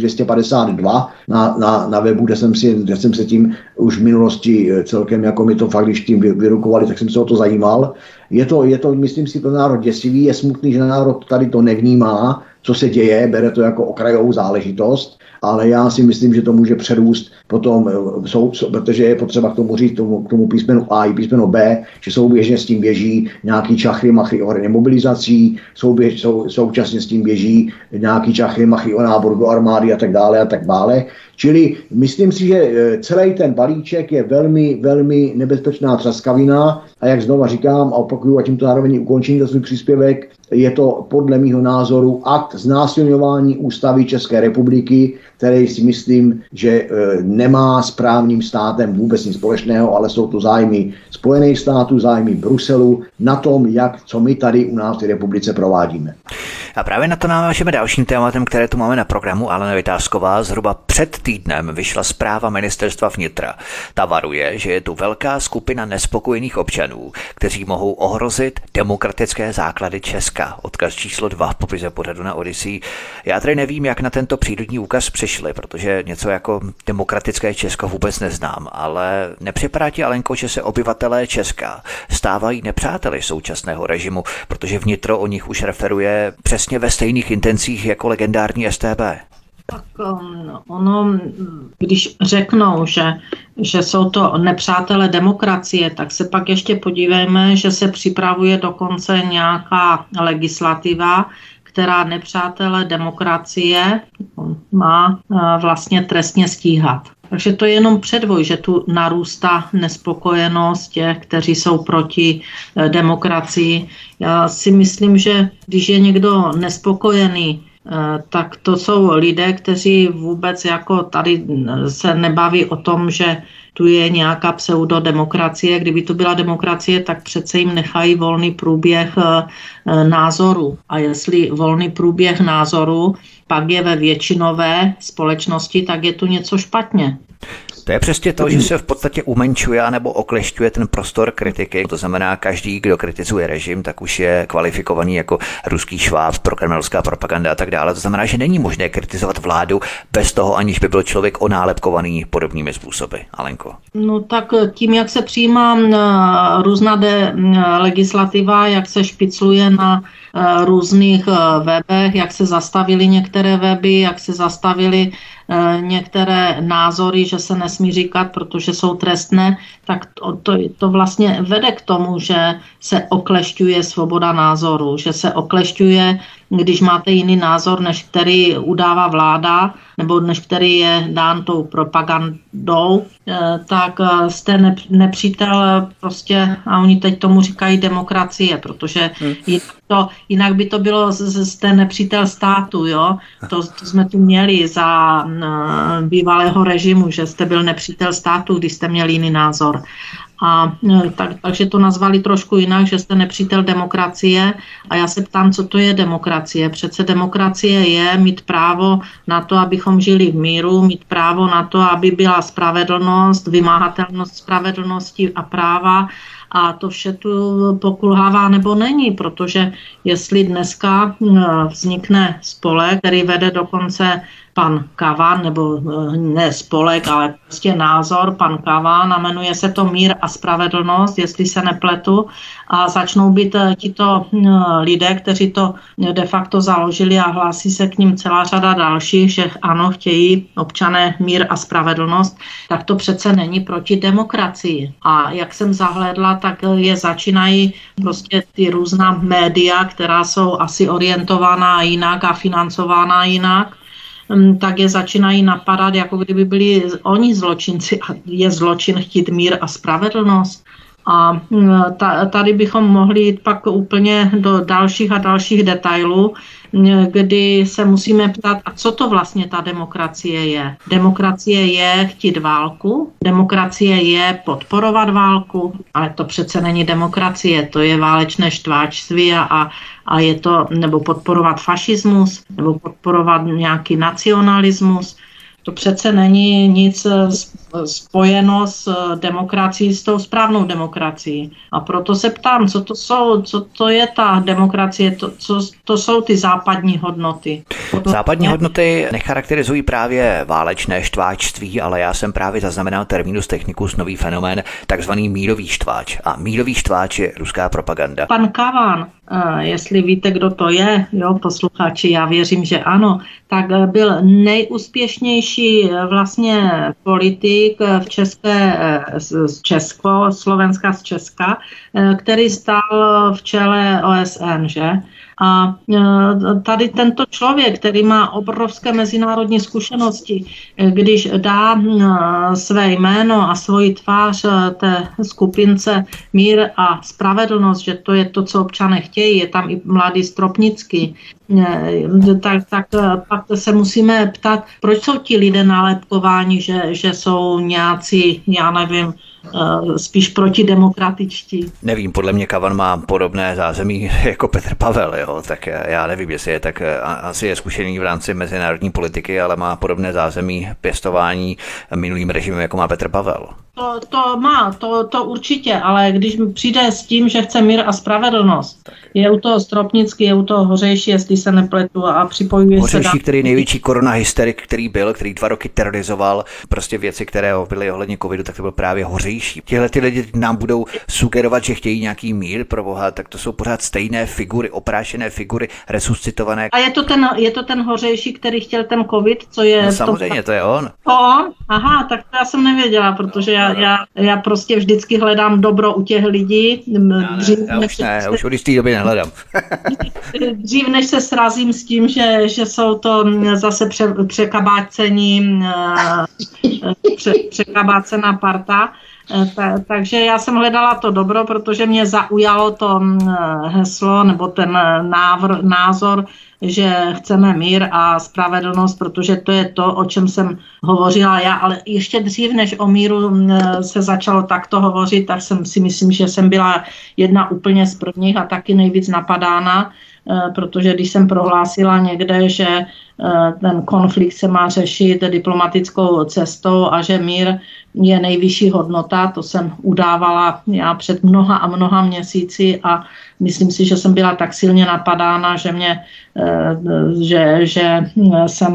252 na webu, kde jsem se tím už v minulosti celkem, jako mi to fakt, když tím vyrukovali, tak jsem se o to zajímal. Je to, myslím si, pro národ děsivý, je smutný, že národ tady to nevnímá, co se děje, bere to jako okrajovou záležitost, ale já si myslím, že to může přerůst potom, protože je potřeba k tomu říct, k tomu písmenu A i písmenu B, že souběžně s tím běží nějaký čachry-machry o remobilizací, současně s tím běží nějaký čachry-machry o náboru do armády a tak dále. Čili myslím si, že celý ten balíček je velmi, velmi nebezpečná třaskavina a jak znova říkám a opakuju a tímto zároveň ukončím ten svůj příspěvek, je to podle mého názoru akt znásilňování ústavy České republiky, který si myslím, že nemá s právním státem vůbec nic společného, ale jsou to zájmy Spojených států, zájmy Bruselu na tom, co my tady u nás v té republice provádíme. A právě na to navážeme dalším tématem, které tu máme na programu. Alena Vytázková, zhruba před týdnem vyšla zpráva ministerstva vnitra. Ta varuje, že je tu velká skupina nespokojených občanů, kteří mohou ohrozit demokratické základy Česka. Odkaz číslo 2 v popise pořadu na Odyssey. Já tady nevím, jak na tento přírodní úkaz přišli, protože něco jako demokratické Česko vůbec neznám, ale nepřipadá ti, Alenko, že se obyvatelé Česka stávají nepřáteli současného režimu, protože vnitro o nich už referuje přesně ve stejných intencích jako legendární StB. Tak ono, když řeknou, že jsou to nepřátelé demokracie, tak se pak ještě podívejme, že se připravuje dokonce nějaká legislativa, která nepřátelé demokracie má vlastně trestně stíhat. Takže to je jenom předvoj, že tu narůstá nespokojenost těch, kteří jsou proti demokracii. Já si myslím, že když je někdo nespokojený, tak to jsou lidé, kteří vůbec jako tady se nebaví o tom, že tu je nějaká pseudodemokracie. Kdyby to byla demokracie, tak přece jim nechají volný průběh názoru. A jestli volný průběh názoru pak je ve většinové společnosti, tak je tu něco špatně. To je přesně to, že se v podstatě umenšuje nebo oklešťuje ten prostor kritiky. To znamená, každý, kdo kritizuje režim, tak už je kvalifikovaný jako ruský šváb, prokremelská propaganda a tak dále. To znamená, že není možné kritizovat vládu bez toho, aniž by byl člověk onálepkovaný podobnými způsoby. Alenko. No tak tím, jak se přijímá různá legislativa, jak se špicluje na různých webech, jak se zastavily některé weby, jak se zastavily některé názory, že se nesmí říkat, protože jsou trestné, tak to vlastně vede k tomu, že se oklešťuje svoboda názoru, že se oklešťuje, když máte jiný názor, než který udává vláda, nebo než který je dán tou propagandou, tak jste nepřítel prostě, a oni teď tomu říkají demokracie, protože jinak by to bylo, jste nepřítel státu, jo? To jsme tu měli za bývalého režimu, že jste byl nepřítel státu, když jste měl jiný názor. Takže to nazvali trošku jinak, že jste nepřítel demokracie, a já se ptám, co to je demokracie. Přece demokracie je mít právo na to, abychom žili v míru, mít právo na to, aby byla spravedlnost, vymáhatelnost spravedlnosti a práva, a to vše tu pokulhává nebo není, protože jestli dneska vznikne spolek, který vede dokonce pan Kavan, nebo ne spolek, ale prostě názor, pan Kavan, a jmenuje se to Mír a spravedlnost, jestli se nepletu, a začnou být tito lidé, kteří to de facto založili, a hlásí se k ním celá řada dalších, že ano, chtějí občané mír a spravedlnost, tak to přece není proti demokracii. A jak jsem zahlédla, tak začínají prostě ty různá média, která jsou asi orientovaná jinak a financována jinak, tak je začínají napadat, jako kdyby byli oni zločinci, a je zločin chtít mír a spravedlnost. A tady bychom mohli jít pak úplně do dalších a dalších detailů, kdy se musíme ptát, a co to vlastně ta demokracie je. Demokracie je chtít válku, demokracie je podporovat válku, ale to přece není demokracie, to je válečné štváčství a je to, nebo podporovat fašismus, nebo podporovat nějaký nacionalismus. To přece není nic spojeno s demokracií, s tou správnou demokracií. A proto se ptám, co to je ta demokracie, to jsou ty západní hodnoty. Západní hodnoty necharakterizují právě válečné štváčství, ale já jsem právě zaznamenal terminus technicus, nový fenomén, takzvaný mírový štváč. A mírový štváč je ruská propaganda. Pan Kavan, jestli víte, kdo to je, jo, posluchači, já věřím, že ano, tak byl nejúspěšnější vlastně politik v Slovenska z Česka, který stál v čele OSN, že? A tady tento člověk, který má obrovské mezinárodní zkušenosti, když dá své jméno a svoji tvář té skupince Mír a spravedlnost, že to je to, co občané chtějí, je tam i mladý Stropnický, tak pak se musíme ptát, proč jsou ti lidé nálepkováni, že jsou nějací, já nevím, spíš protidemokratičtí. Nevím, podle mě Kavan má podobné zázemí jako Petr Pavel, jo? Tak já nevím, jestli je tak, asi je zkušený v rámci mezinárodní politiky, ale má podobné zázemí pěstování minulým režimem, jako má Petr Pavel. To má, to určitě, ale když přijde s tím, že chce mír a spravedlnost, je u toho Stropnický, je u toho Hořejší, jestli se nepletu, a připojuje Hořejší, se... Hořejší, který největší koronahysterik, který 2 roky terorizoval prostě věci, které byly ohledně covidu, tak to byl právě Hořejší. Tihle ty lidi nám budou sugerovat, že chtějí nějaký mír, pro boha, tak to jsou pořád stejné figury, oprášené figury, resuscitované. A je to ten Hořejší, který chtěl ten covid, co je... No, samozřejmě, to je on. On? Aha, tak to já jsem nevěděla, protože já prostě vždycky hledám dobro u těch lidí. Já už od jistý doby nehledám. Dřív než se srazím s tím, že jsou to zase překabácená parta. Takže já jsem hledala to dobro, protože mě zaujalo to heslo nebo ten názor, že chceme mír a spravedlnost, protože to je to, o čem jsem hovořila já, ale ještě dřív, než o míru se začalo takto hovořit, tak jsem si myslím, že jsem byla jedna úplně z prvních a taky nejvíc napadána, protože když jsem prohlásila někde, že ten konflikt se má řešit diplomatickou cestou a že mír je nejvyšší hodnota, to jsem udávala já před mnoha a mnoha měsíci a myslím si, že jsem byla tak silně napadána, že jsem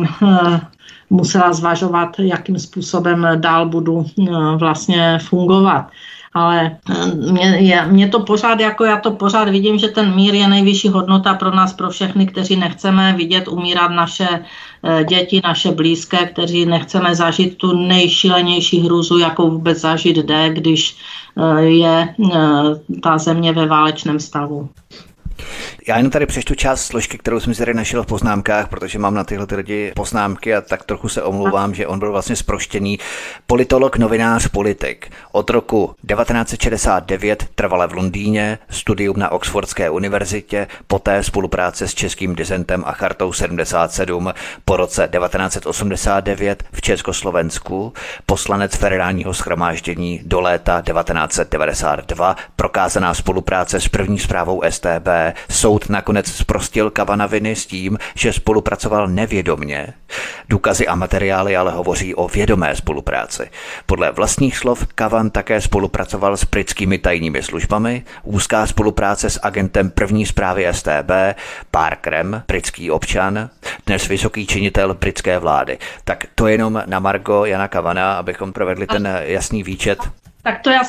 musela zvažovat, jakým způsobem dál budu vlastně fungovat. ale mě to pořád, jako já to pořád vidím, že ten mír je nejvyšší hodnota pro nás, pro všechny, kteří nechceme vidět umírat naše děti, naše blízké, kteří nechceme zažít tu nejšílenější hrůzu, jakou vůbec zažít jde, když je ta země ve válečném stavu. Já jenom tady přečtu část složky, kterou jsem si tady našel v poznámkách, protože mám na tyhle lidi poznámky a tak trochu se omlouvám, že on byl vlastně zproštěný politolog, novinář, politik. Od roku 1969 trvale v Londýně, studium na Oxfordské univerzitě, poté spolupráce s českým disentem a chartou 77, po roce 1989 v Československu, poslanec federálního shromáždění do léta 1992, prokázaná spolupráce s první správou StB, soud nakonec zprostil Kavana viny s tím, že spolupracoval nevědomně. Důkazy a materiály ale hovoří o vědomé spolupráci. Podle vlastních slov Kavan také spolupracoval s britskými tajnými službami, úzká spolupráce s agentem první správy StB, Parkerem, britský občan, dnes vysoký činitel britské vlády. Tak to jenom na margo Jana Kavana, abychom provedli ten jasný výčet. Tak to já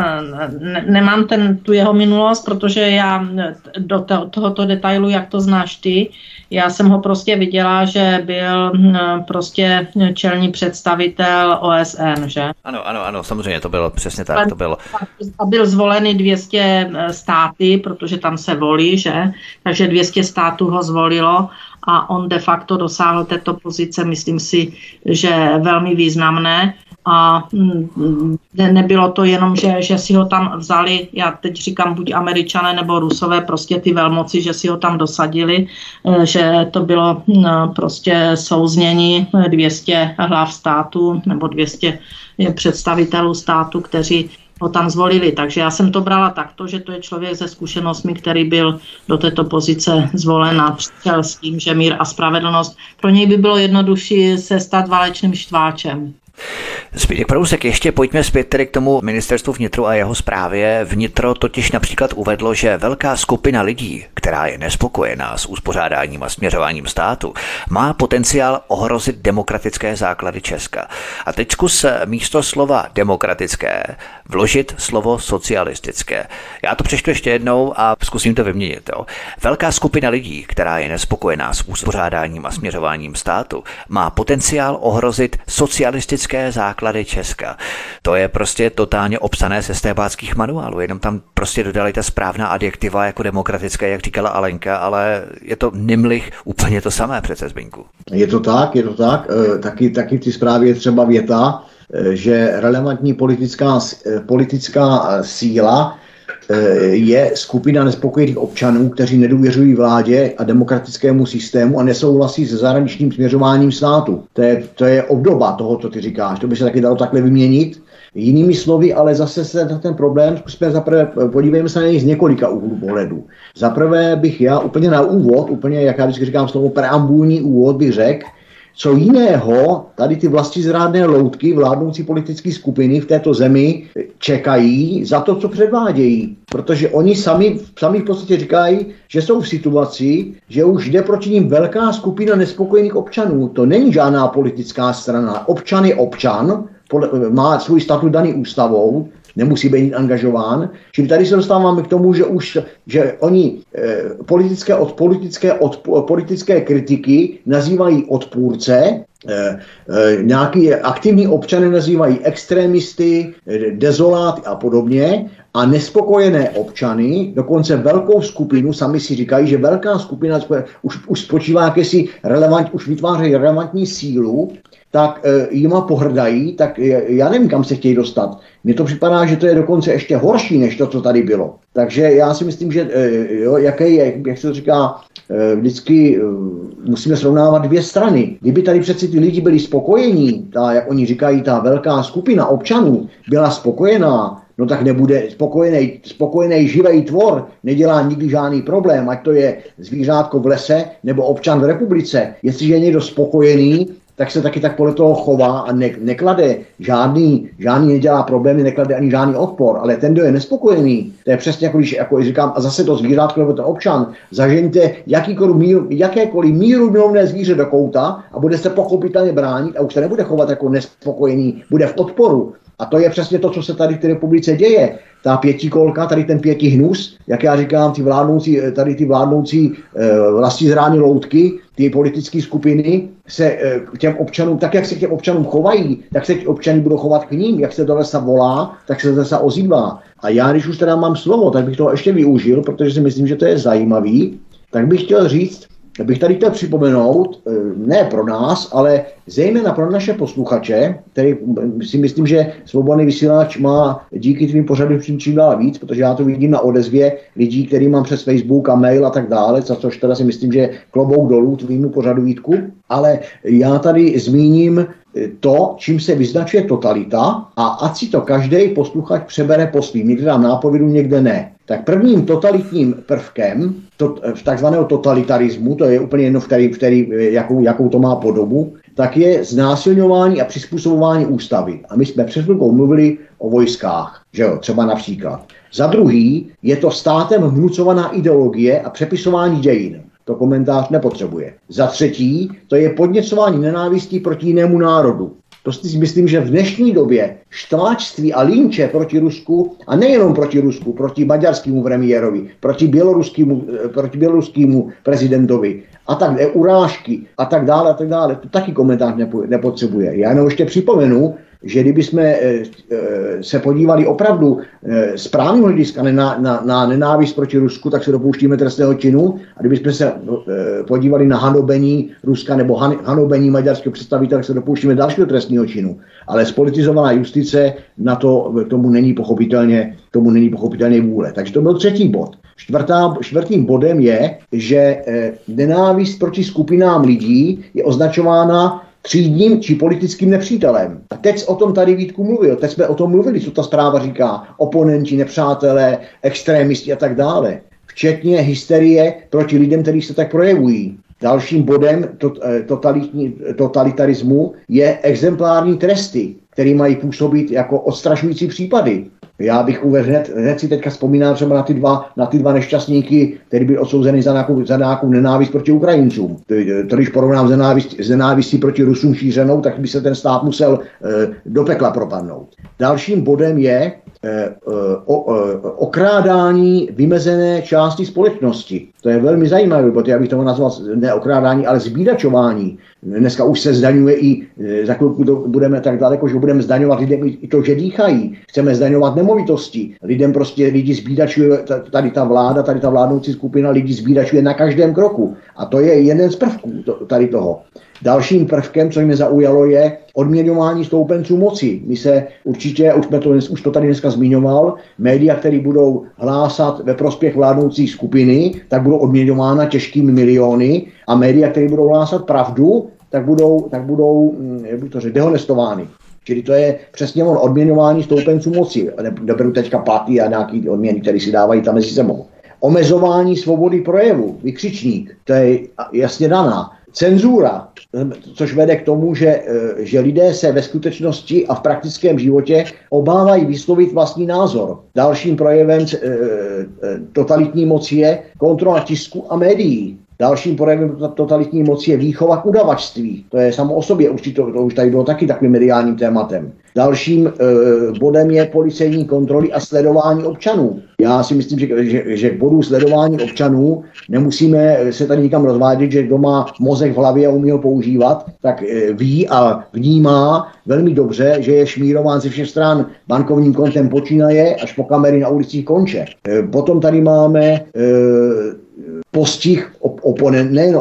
nemám tu jeho minulost, protože já do tohoto detailu, jak to znáš ty, já jsem ho prostě viděla, že byl prostě čelní představitel OSN, že? Ano, samozřejmě, to bylo přesně tak, to bylo. A byl zvolený 200 státy, protože tam se volí, že? Takže 200 států ho zvolilo a on de facto dosáhl této pozice, myslím si, že velmi významné. A nebylo to jenom, že si ho tam vzali, já teď říkám buď Američané nebo Rusové, prostě ty velmoci, že si ho tam dosadili, že to bylo prostě souznění 200 hlav státu nebo 200 představitelů státu, kteří ho tam zvolili. Takže já jsem to brala takto, že to je člověk se zkušenostmi, který byl do této pozice zvolen a přišel s tím, že mír a spravedlnost, pro něj by bylo jednodušší se stát válečným štváčem. Zbigněk Prousek, ještě pojďme zpět tedy k tomu ministerstvu vnitru a jeho správě. Vnitro totiž například uvedlo, že velká skupina lidí, která je nespokojená s uspořádáním a směřováním státu, má potenciál ohrozit demokratické základy Česka. A teď zkus místo slova demokratické vložit slovo socialistické. Já to přečtu ještě jednou a zkusím to vyměnit. Jo. Velká skupina lidí, která je nespokojená s uspořádáním a směřováním státu, má potenciál ohrozit socialistické základy Česka. To je prostě totálně obsané ze stébáckých manuálů, jenom tam prostě dodali ta správná adjektiva jako demokratické, jak říkala Alenka, ale je to nimlich úplně to samé přece, Zbyňku. Je to tak. Taky v té zprávě je třeba věta, že relevantní politická síla je skupina nespokojených občanů, kteří nedůvěřují vládě a demokratickému systému a nesouhlasí se zahraničním směřováním státu. To je obdoba toho, co ty říkáš. To by se taky dalo takhle vyměnit. Jinými slovy, ale zase se na ten problém podívejme se na něj z několika úhlů pohledu. Zaprvé bych já úplně na úvod, jak já vždycky říkám slovo preambulní úvod, bych řekl, co jiného tady ty vlastizrádné loutky vládnoucí politické skupiny v této zemi čekají za to, co předvádějí. Protože oni sami v podstatě říkají, že jsou v situaci, že už jde proti nim velká skupina nespokojených občanů. To není žádná politická strana. Občan je občan, má svůj statut daný ústavou, nemusí být angažován. Čili tady se dostáváme k tomu, že oni politické kritiky nazývají odpůrce, nějaký aktivní občany nazývají extrémisty, dezoláty a podobně, a nespokojené občany, dokonce velkou skupinu, sami si říkají, že velká skupina už spočívá jakési už vytvářejí relevantní sílu, tak jima pohrdají, tak já nevím, kam se chtějí dostat. Mně to připadá, že to je dokonce ještě horší, než to, co tady bylo. Takže já si myslím, že jak se to říká, vždycky musíme srovnávat dvě strany. Kdyby tady přeci ty lidi byli spokojení, jak oni říkají, ta velká skupina občanů byla spokojená, no tak nebude spokojený živý tvor, nedělá nikdy žádný problém, ať to je zvířátko v lese nebo občan v republice. Jestliže je někdo spokojený, tak se taky tak podle toho chová a neklade žádný nedělá problémy, neklade ani žádný odpor, ale ten, kdo je nespokojený, to je přesně jako říkám, a zase to zvířátko nebo ten občan, zažeňte jakékoliv mírumilovné zvíře do kouta a bude se pochopitelně bránit a už se nebude chovat jako nespokojený, bude v odporu. A to je přesně to, co se tady v té republice děje. Ta pětikolka, tady ten pětihnus, jak já říkám, ty vládnoucí vlastizrání loutky, ty politické skupiny se k těm občanům, tak jak se k těm občanům chovají, tak se ti občané budou chovat k ním, jak se do lesa volá, tak se lesa ozývá. A já, když už teda mám slovo, tak bych toho ještě využil, protože si myslím, že to je zajímavý, tak bych chtěl říct, bych tady chtěl připomenout, ne pro nás, ale zejména pro naše posluchače, který si myslím, že Svobodný vysílač má díky tvým pořadům čím dál víc, protože já to vidím na odezvě lidí, který mám přes Facebook a mail a tak dále, za což teda si myslím, že klobouk dolů tvýmu pořadu, Vítku. Ale já tady zmíním to, čím se vyznačuje totalita, a ať si to každý posluchač přebere po svým. Někde dám nápovědu, někde ne. Tak prvním totalitním prvkem takzvaného totalitarismu, to je úplně jedno, jakou to má podobu, tak je znásilňování a přizpůsobování ústavy. A my jsme před chvilkou mluvili o vojskách, že jo, třeba například. Za druhý je to státem vnucovaná ideologie a přepisování dějin. To komentář nepotřebuje. Za třetí, to je podněcování nenávistí proti jinému národu. To si myslím, že v dnešní době štváčství a linče proti Rusku, a nejenom proti Rusku, proti maďarskému premiérovi, proti běloruskému prezidentovi, a tak urážky a tak dále, to taky komentář nepotřebuje. Já jenom ještě připomenu, že kdyby jsme se podívali opravdu z právního hlediska na nenávist proti Rusku, tak se dopouštíme trestného činu. A kdyby jsme se podívali na hanobení Ruska nebo hanobení maďarského představitele, tak se dopouštíme dalšího trestného činu. Ale spolitizovaná justice na tomu není pochopitelně vůle. Takže to byl třetí bod. Čtvrtým bodem je, že nenávist proti skupinám lidí je označována třídním či politickým nepřítelem. A teď o tom tady Vítku mluvil, teď jsme o tom mluvili, co ta zpráva říká, oponenti, nepřátelé, extrémisti a tak dále. Včetně hysterie proti lidem, kteří se tak projevují. Dalším bodem totalitarismu je exemplární tresty, které mají působit jako odstrašující případy. Já bych uvedl hned si teďka vzpomínám třeba na ty dva nešťastníky, kteří byli odsouzeni za nějakou nenávist proti Ukrajincům. To když porovnám s nenávistí proti Rusům šířenou, tak by se ten stát musel do pekla propadnout. Dalším bodem je okrádání vymezené části společnosti. To je velmi zajímavé, protože já bych to nazval ne okrádání, ale zbídačování. Dneska už se zdaňuje i, za chvilku budeme tak daleko, že budeme zdaňovat lidem i to, že dýchají. Chceme zdaňovat nemovitosti. Lidi zbídačuje, tady ta vládnoucí skupina lidí zbídačuje na každém kroku. A to je jeden z prvků tady toho. Dalším prvkem, co mě zaujalo, je odměňování stoupenců moci. My se určitě, už to tady dneska zmiňoval, média, které budou hlásat ve prospěch vládnoucí skupiny, tak budou odměňována těžkými miliony, a média, které budou hlásat pravdu, tak budou dehonestovány. Čili to je přesně odměňování stoupenců moci. Neberu teďka platy a nějaký odměny, které si dávají tam mezi sebou. Omezování svobody projevu, vykřičník, to je jasně daná. Cenzura, což vede k tomu, že lidé se ve skutečnosti a v praktickém životě obávají vyslovit vlastní názor. Dalším projevem totalitní moci je kontrola tisku a médií. Dalším projevem totalitní moci je výchova k udavačství. To je samo o sobě, to už tady bylo taky takovým mediálním tématem. Dalším bodem je policejní kontroly a sledování občanů. Já si myslím, že k bodu sledování občanů nemusíme se tady nikam rozvádět, že kdo má mozek v hlavě a umí ho používat, tak ví a vnímá velmi dobře, že je šmírován ze všech stran bankovním kontem počínaje až po kamery na ulicích konče. Potom tady máme postih nejen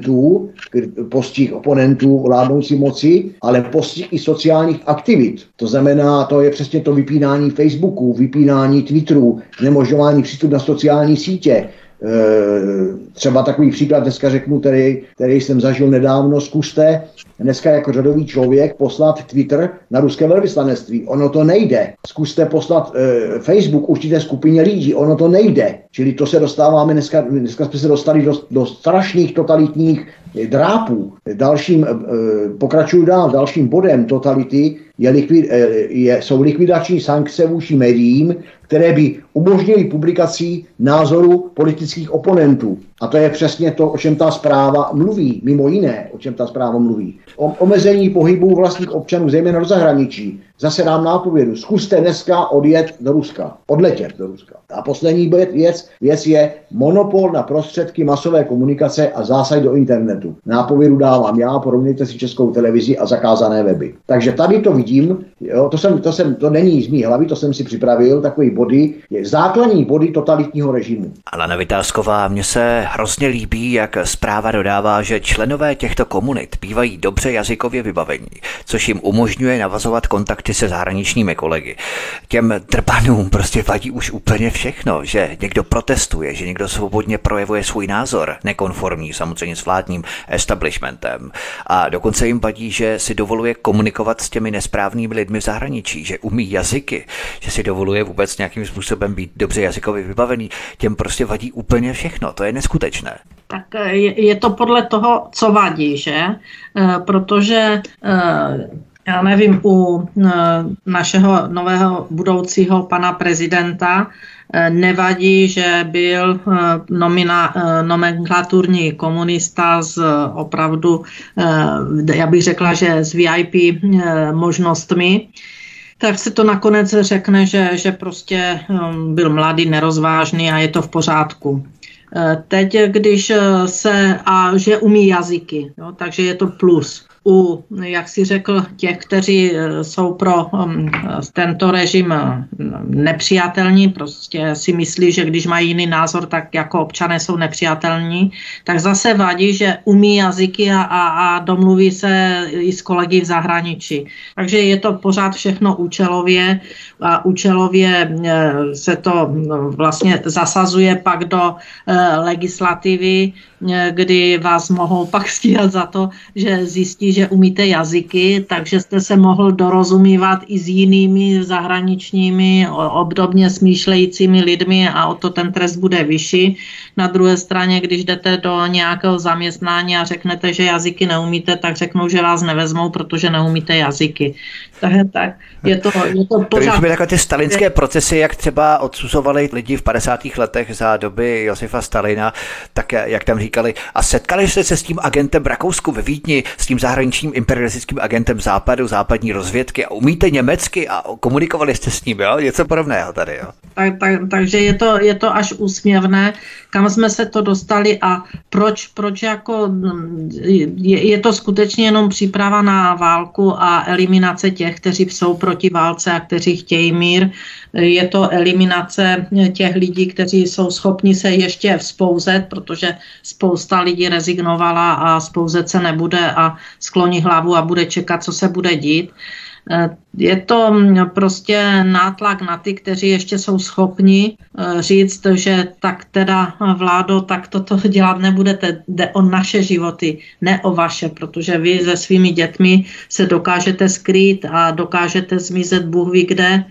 oponentů vládnoucí moci, ale postih i sociálních aktivit. To znamená, to je přesně to vypínání Facebooku, vypínání Twitteru, znemožňování přístupu na sociální sítě. Třeba takový příklad dneska řeknu, který jsem zažil nedávno. Zkuste dneska jako řadový člověk poslat Twitter na ruské velvyslanectví. Ono to nejde. Zkuste poslat Facebook určité skupině lidí. Ono to nejde. Čili to se dostáváme dneska jsme se dostali do strašných totalitních drápů. Pokračuju dál. Dalším bodem totality jsou likvidační sankce vůči médiím, které by umožnily publikaci názoru politických oponentů. A to je přesně to, o čem ta zpráva mluví, mimo jiné, o čem ta zpráva mluví. O omezení pohybu vlastních občanů, zejména do zahraničí. Zase dám nápovědu, zkuste dneska odletět do Ruska. A poslední věc je monopol na prostředky masové komunikace a zásah do internetu. Nápovědu dávám já, porovnejte si Českou televizi a zakázané weby. Takže tady to vidím, jo, to není z mý hlavy, to jsem si připravil, takový body, základní body totalitního režimu. Alena Vitásková, mně se hrozně líbí, jak zpráva dodává, že členové těchto komunit bývají dobře jazykově vybavení, což jim umožňuje navazovat kontakty se zahraničními kolegy. Těm drbanům prostě vadí už úplně všechno, že někdo protestuje, že někdo svobodně projevuje svůj názor, nekonformní samozřejmě s vládním establishmentem. A dokonce jim vadí, že si dovoluje komunikovat s těmi nesprávnými lidmi v zahraničí, že umí jazyky, že si dovoluje vůbec nějakým způsobem být dobře jazykově vybavený. Těm prostě vadí úplně všechno, to je neskutečné. Tak je to podle toho, co vadí, že? Protože já nevím, u našeho nového budoucího pana prezidenta nevadí, že byl nomenklaturní komunista s opravdu, já bych řekla, že s VIP možnostmi, tak se to nakonec řekne, že prostě byl mladý, nerozvážný a je to v pořádku. Teď, když že umí jazyky, jo, takže je to plus. Jak si řekl, těch, kteří jsou pro tento režim nepřijatelní, prostě si myslí, že když mají jiný názor, tak jako občané jsou nepřijatelní, tak zase vadí, že umí jazyky a domluví se i s kolegy v zahraničí. Takže je to pořád všechno účelově a účelově se to vlastně zasazuje pak do legislativy, kdy vás mohou pak stíhat za to, že zjistí, že umíte jazyky, takže jste se mohl dorozumívat i s jinými zahraničními, obdobně smýšlejícími lidmi a o to ten trest bude vyšší. Na druhé straně, když jdete do nějakého zaměstnání a řeknete, že jazyky neumíte, tak řeknou, že vás nevezmou, protože neumíte jazyky. Tak je to pořád. To byly takové ty stalinské procesy, jak třeba odsuzovali lidi v 50. letech za doby Josifa Stalina, tak jak tam říkali, a setkali jste se s tím agentem Rakousku ve Vídni, s tím zahraničním imperialistickým agentem západu, západní rozvědky a umíte německy a komunikovali jste s ním, jo? Něco podobného tady, jo? Takže je to až úsměvné, kam jsme se to dostali a proč jako je to skutečně jenom příprava na válku a eliminace těch, kteří jsou proti válce a kteří chtějí mír. Je to eliminace těch lidí, kteří jsou schopni se ještě vzpouzet, protože spousta lidí rezignovala a vzpouzet se nebude a skloní hlavu a bude čekat, co se bude dít. Je to prostě nátlak na ty, kteří ještě jsou schopni říct, že tak teda vládo, tak toto dělat nebudete. Jde o naše životy, ne o vaše, protože vy se svými dětmi se dokážete skrýt a dokážete zmizet Bůh ví kde,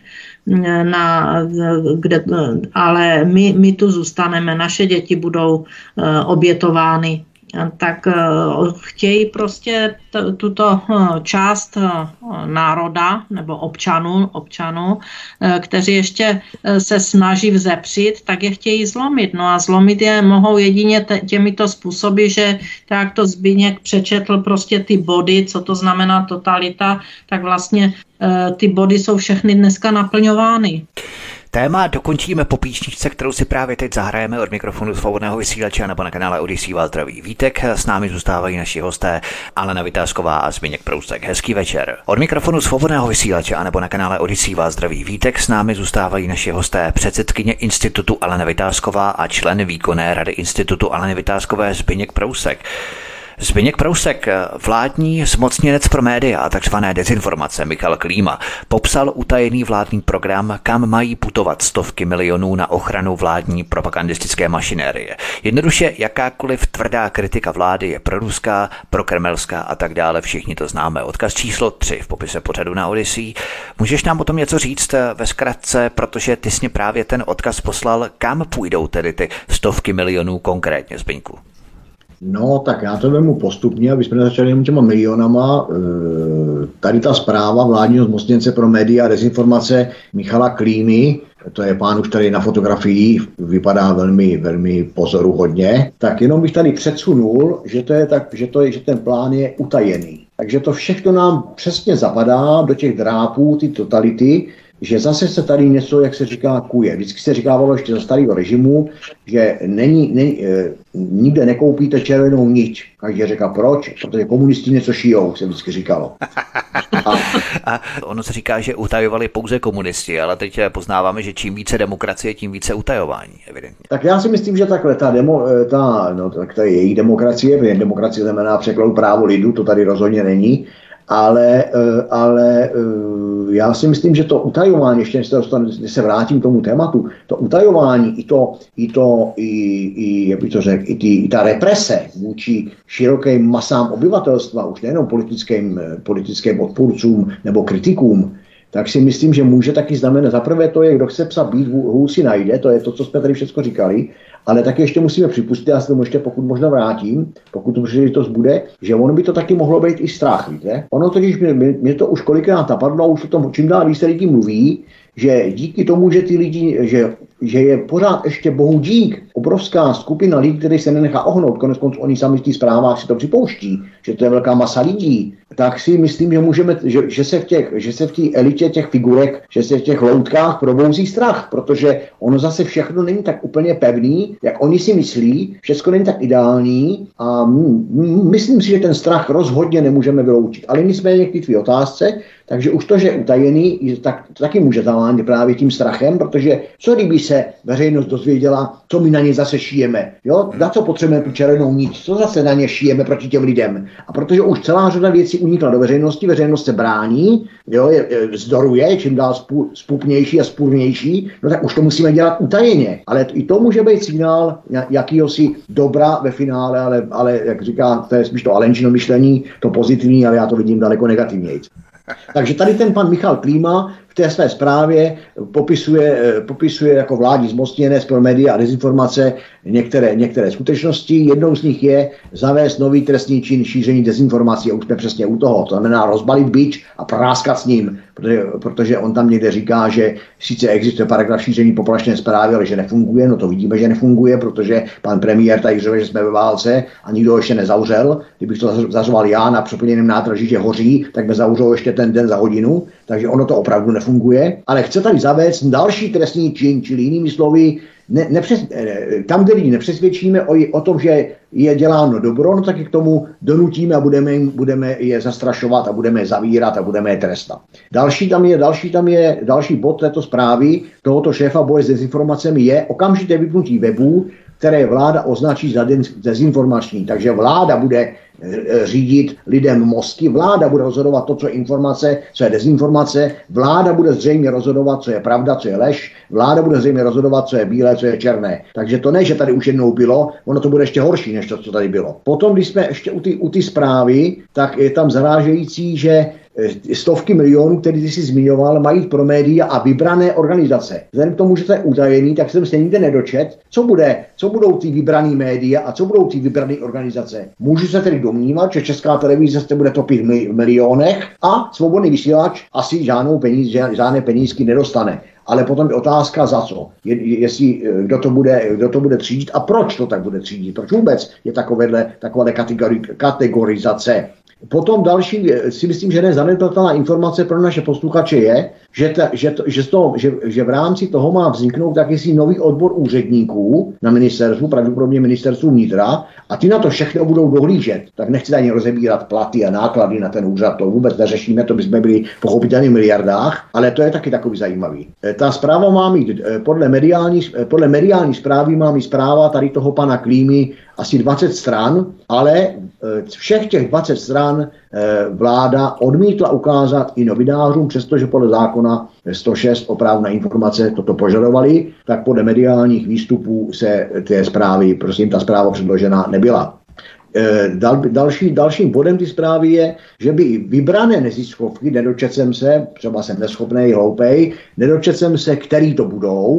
ale my tu zůstaneme, naše děti budou obětovány. Tak chtějí prostě tuto část národa nebo občanů, kteří ještě se snaží vzepřít, tak je chtějí zlomit. No a zlomit je mohou jedině těmito způsoby, že tak to Zbyněk přečetl prostě ty body, co to znamená totalita, tak vlastně ty body jsou všechny dneska naplňovány. Téma dokončíme po písničce, kterou si právě teď zahrajeme od mikrofonu Svobodného vysílače nebo na kanále Odyssey vás zdraví Vítek. S námi zůstávají naši hosté Alena Vitásková a Zbyněk Proustek. Hezký večer. Od mikrofonu Svobodného vysílače a nebo na kanále Odyssey vás zdraví Vítek. S námi zůstávají naši hosté, předsedkyně Institutu Alena Vitásková a člen výkonné rady Institutu Aleny Vitáskové Zbyněk Proustek. Zbyněk Proustek, vládní zmocněnec pro média a takzvané dezinformace Michal Klíma, popsal utajený vládní program, kam mají putovat stovky milionů na ochranu vládní propagandistické mašinérie. Jednoduše jakákoliv tvrdá kritika vlády je proruská, prokremelská a tak dále, všichni to známe. Odkaz číslo 3 v popise pořadu na Odyssey. Můžeš nám o tom něco říct ve zkratce, protože ty jsi právě ten odkaz poslal, kam půjdou tedy ty stovky milionů konkrétně, Zbyňku? No, tak já to vemu postupně, aby jsme nezačali jenom těma milionama. Tady ta zpráva vládního zmocněnce pro média a dezinformace Michala Klímy to je pán už tady na fotografii, vypadá velmi, velmi pozoruhodně, tak jenom bych tady předsunul, že že ten plán je utajený. Takže to všechno nám přesně zapadá do těch drápů, ty totality, že zase se tady něco, jak se říká, kuje. Vždycky se říkávalo ještě za starého režimu, že nikde nekoupíte červenou niť. Každý říká proč? Protože komunisti něco šijou, se vždycky říkalo. A ono se říká, že utajovali pouze komunisti, ale teď poznáváme, že čím více demokracie, tím více utajování, evidentně. Tak já si myslím, že takhle ta její demokracie, protože demokracie znamená překladu právo lidu, to tady rozhodně není, ale já si myslím, že to utajování, ještě než se vrátím k tomu tématu, to utajování i ta represe vůči širokým masám obyvatelstva, už nejenom politickým odpůrcům nebo kritikům, tak si myslím, že může taky znamenat, zaprvé to je, kdo chce psa být, hůl si najde, to je to, co jsme tady všechno říkali, ale taky ještě musíme připustit, já se tomu ještě pokud možná vrátím, pokud to příležitost bude, že ono by to taky mohlo být i strach, víte? Ono totiž, mě to už kolikrát napadlo, už o tom čím dál víc lidí mluví, že díky tomu, že ty lidi, že je pořád ještě bohu dík, obrovská skupina lidí, který se nenechá ohnout, koneckonců oni sami v těch zprávách si to připouští, že to je velká masa lidí, tak si myslím, že můžeme, že se v té elitě těch figurek, že se v těch loutkách probouzí strach, protože ono zase všechno není tak úplně pevný, jak oni si myslí, všechno není tak ideální a myslím si, že ten strach rozhodně nemůžeme vyloučit. Ale nicméně k té tvý otázce, takže už to, že je utajený, tak to taky může zavánět právě tím strachem, protože co kdyby se veřejnost dozvěděla, co my na ně zase šijeme, jo? Na co potřebujeme tu červenou nit, co zase na ně šijeme proti těm lidem. A protože už celá řada věcí unikla do veřejnosti, veřejnost se brání, jo? Zdoruje, čím dál spupnější a spůrnější, no tak už to musíme dělat utajeně. Ale i to může být signál jakýhosi dobra ve finále, ale jak říká, to je spíš to Alenčino myšlení, to pozitivní, ale já to vidím daleko negativněji. Takže tady ten pan Michal Klíma v té své zprávě popisuje jako vládní zmocněnec pro média a dezinformace některé skutečnosti. Jednou z nich je zavést nový trestný čin šíření dezinformací a už jsme přesně u toho. To znamená rozbalit bič a práskat s ním, protože on tam někde říká, že sice existuje paragraf šíření poplašné zprávy, ale že nefunguje. No to vidíme, že nefunguje, protože pan premiér tady řve, že jsme ve válce a nikdo ještě nezavřel. Kdybych to zařval já na přeplněném nádraží, že hoří, tak by zavřel ještě ten den za hodinu. Takže ono to opravdu nefunguje. Ale chce tady zavést další trestný čin, čili jinými slovy, tam, kde lidi nepřesvědčíme o tom, že je děláno dobro, no tak i k tomu donutíme a budeme je zastrašovat a budeme je zavírat a budeme je trestat. Další bod této zprávy tohoto šéfa boje s dezinformacemi je okamžité vypnutí webů, které vláda označí za dezinformační. Takže vláda bude řídit lidem mozky, vláda bude rozhodovat to, co je informace, co je dezinformace, vláda bude zřejmě rozhodovat, co je pravda, co je lež, vláda bude zřejmě rozhodovat, co je bílé, co je černé. Takže to ne, že tady už jednou bylo, ono to bude ještě horší, než to, co tady bylo. Potom, když jsme ještě u ty zprávy, tak je tam zarážející, že stovky milionů, které ty jsi zmiňoval, mají pro média a vybrané organizace. Vzhledem k tomu, že to je utajený, tak jsem se nikde nedočet, co budou ty vybrané média a co budou ty vybrané organizace. Můžu se tedy domnívat, že Česká televize se bude topit v milionech a Svobodný vysílač asi žádné penízky nedostane. Ale potom je otázka za co. Kdo to bude třídit a proč to tak bude třídit. Proč vůbec je taková kategorizace. Potom další, si myslím, že nezanedbatelná informace pro naše posluchače je, že v rámci toho má vzniknout jakýsi nový odbor úředníků na ministerstvu, pravděpodobně ministerstvu vnitra, a ty na to všechno budou dohlížet. Tak nechci ani rozebírat platy a náklady na ten úřad, to vůbec neřešíme, to bychom byli pochopitelně v miliardách, ale to je taky takový zajímavý. Ta zpráva má mít, podle mediální zprávy má mít zpráva tady toho pana Klímy asi 20 stran, ale všech těch 20 stran vláda odmítla ukázat i novinářům, přestože podle zákona 106 o právu na informace toto požadovali, tak podle mediálních výstupů se té zprávy, prosím, ta zpráva předložena nebyla. Dalším bodem té zprávy je, že by vybrané neziskovky, nedočet jsem se, třeba jsem neschopnej, hloupej, nedočet jsem se, který to budou,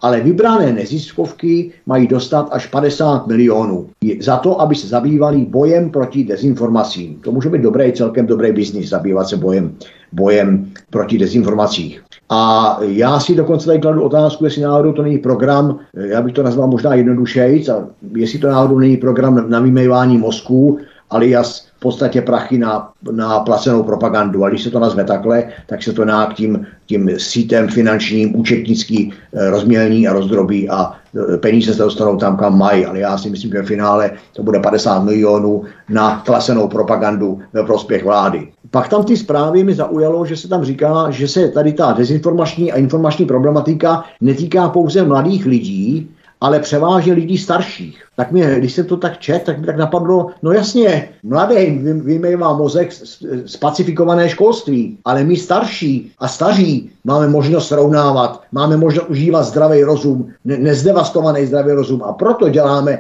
ale vybrané neziskovky mají dostat až 50 milionů za to, aby se zabývali bojem proti dezinformacím. To může být celkem dobrý biznis, zabývat se bojem proti dezinformacím. A já si dokonce tady kladu otázku, jestli náhodou to není program, já bych to nazval možná jednodušejc, a jestli to náhodou není program na vymývání mozků, alias v podstatě prachy na placenou propagandu. A když se to nazve takhle, tak se to nějak tím sítem finančním, účetnický rozmělní a rozdrobí a peníze se dostanou tam, kam mají. Ale já si myslím, že v finále to bude 50 milionů na placenou propagandu ve prospěch vlády. Pak tam ty zprávy mi zaujalo, že se tam říká, že se tady ta dezinformační a informační problematika netýká pouze mladých lidí, ale převážně lidí starších. Tak mě, když jsem to tak četl, tak mi tak napadlo, no jasně, mladý vymývá mozek spacifikované školství, ale my starší a staří máme možnost srovnávat, máme možnost užívat zdravý rozum, nezdevastovaný zdravý rozum a proto děláme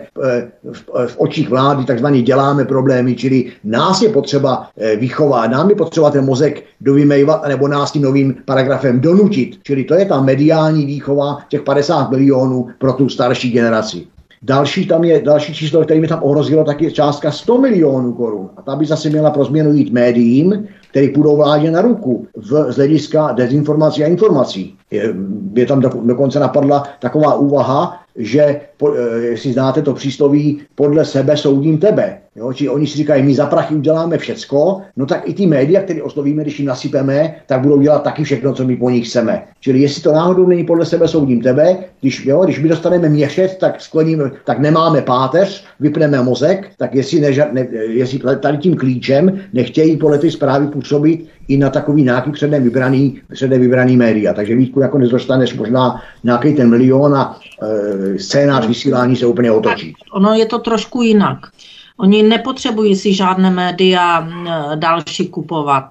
v očích vlády takzvaně děláme problémy, čili nás je potřeba vychovat, nám je potřeba ten mozek dovymývat, nebo nás tím novým paragrafem donutit. Čili to je ta mediální výchova těch 50 milionů pro tu starší generaci. Další číslo, které mi tam ohrozilo, tak je částka 100 milionů korun. A ta by zase měla pro změnu jít médiím, které půjdou vládě na ruku z hlediska dezinformací a informací. Je tam dokonce napadla taková úvaha, že jestli znáte to přísloví, podle sebe soudím tebe. Jo? Či oni si říkají, my za prachy uděláme všecko, no tak i ty média, které oslovíme, když jim nasypeme, tak budou dělat taky všechno, co my po nich chceme. Čili jestli to náhodou není podle sebe soudím tebe, když my dostaneme měšec, tak nemáme páteř, vypneme mozek, tak jestli tady tím klíčem nechtějí podle ty zprávy působit i na takový nějaký předem vybraný média. Takže Vítku, nakonec dostaneš možná nějaký ten milion a scénář vysílání se úplně otočí. Ono je to trošku jinak. Oni nepotřebují si žádné média další kupovat.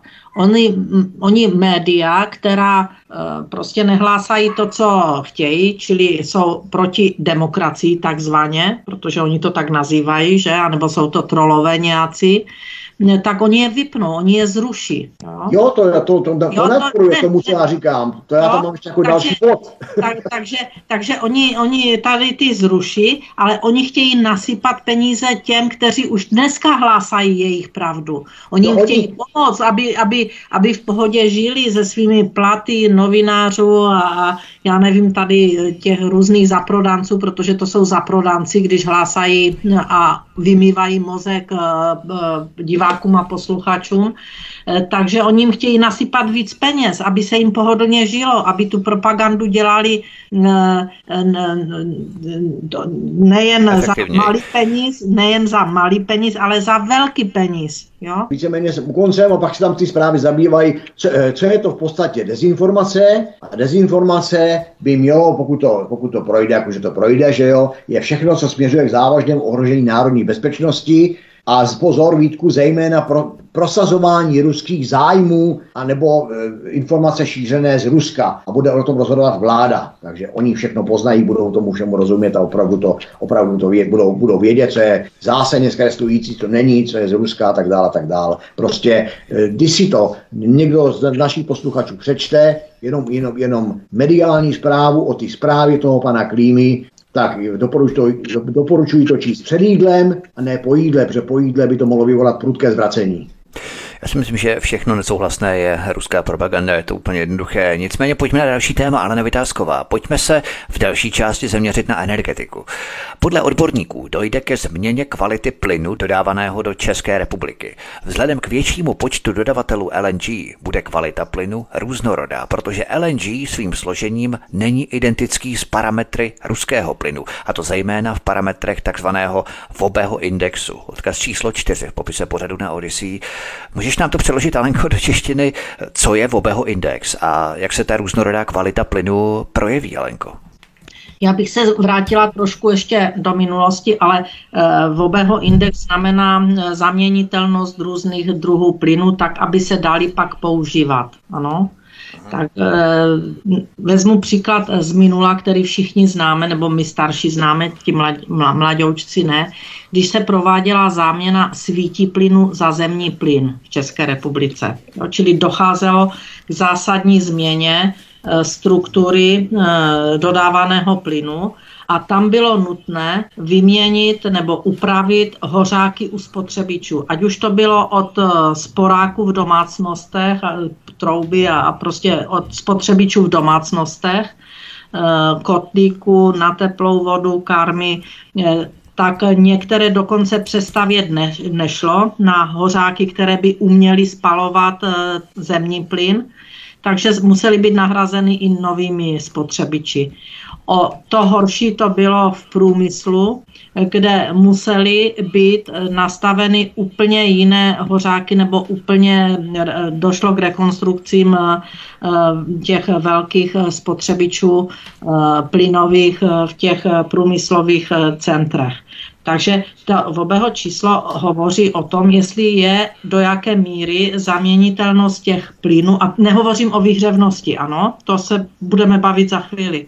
Oni média, která prostě nehlásají to, co chtějí, čili jsou proti demokracii takzvaně, protože oni to tak nazývají, že? Anebo jsou to trolové nějací, tak oni je vypnou, oni je zruší. Jo, to neodporuje tomu, co já říkám. To já tam mám ještě jako další bod. Takže oni tady ty zruší, ale oni chtějí nasypat peníze těm, kteří už dneska hlásají jejich pravdu. Oni jim chtějí pomoct, aby v pohodě žili se svými platy novinářů a já nevím tady těch různých zaprodanců, protože to jsou zaprodanci, když hlásají a vymývají mozek divákům a posluchačům. Takže oni jim chtějí nasypat víc peněz, aby se jim pohodlně žilo, aby tu propagandu dělali nejen za malý peníz, ale za velký peníz. Jo? Víceméně u koncem a pak se tam ty zprávy zabývají, co je to v podstatě dezinformace. A dezinformace by mělo, pokud to projde, jakože to projde, že jo, je všechno, co směřuje k závažnému ohrožení národní bezpečnosti. A pozor, Vítku, zejména pro prosazování ruských zájmů anebo informace šířené z Ruska a bude o tom rozhodovat vláda. Takže oni všechno poznají, budou tomu všemu rozumět a opravdu to budou vědět, co je zásadně zkreslující, co není, co je z Ruska a tak dále. Prostě když si to někdo z našich posluchačů přečte, jenom mediální zprávu o té zprávě toho pana Klímy, tak doporučuji to číst před jídlem a ne po jídle, protože po jídle by to mohlo vyvolat prudké zvracení. Já si myslím, že všechno nesouhlasné je ruská propaganda, je to úplně jednoduché. Nicméně pojďme na další téma, Alena Vytázková. Pojďme se v další části zaměřit na energetiku. Podle odborníků dojde ke změně kvality plynu dodávaného do České republiky. Vzhledem k většímu počtu dodavatelů LNG bude kvalita plynu různorodá, protože LNG svým složením není identický s parametry ruského plynu, a to zejména v parametrech takzvaného Vobeho indexu. Odkaz číslo 4 v popise pořadu na Odyssey. Můžeš nám to přeložit, Alenko, do češtiny, co je Vobeho index a jak se ta různorodá kvalita plynu projeví, Alenko? Já bych se vrátila trošku ještě do minulosti, ale Vobeho index znamená zaměnitelnost různých druhů plynu, tak aby se dali pak používat. Ano? Tak vezmu příklad z minula, který všichni známe, nebo my starší známe, ti mladoučci ne. Když se prováděla záměna svítí plynu za zemní plyn v České republice. Jo, čili docházelo k zásadní změně struktury dodávaného plynu a tam bylo nutné vyměnit nebo upravit hořáky u spotřebičů. Ať už to bylo od sporáků v domácnostech, trouby a prostě od spotřebičů v domácnostech, kotlíků na teplou vodu, karmy, tak některé dokonce přestavět nešlo na hořáky, které by uměly spalovat zemní plyn, takže musely být nahrazeny i novými spotřebiči. O to horší to bylo v průmyslu, kde musely být nastaveny úplně jiné hořáky nebo úplně došlo k rekonstrukcím těch velkých spotřebičů plynových v těch průmyslových centrech. Takže to obeho číslo hovoří o tom, jestli je do jaké míry zaměnitelnost těch plynů, a nehovořím o výhřevnosti, ano, to se budeme bavit za chvíli.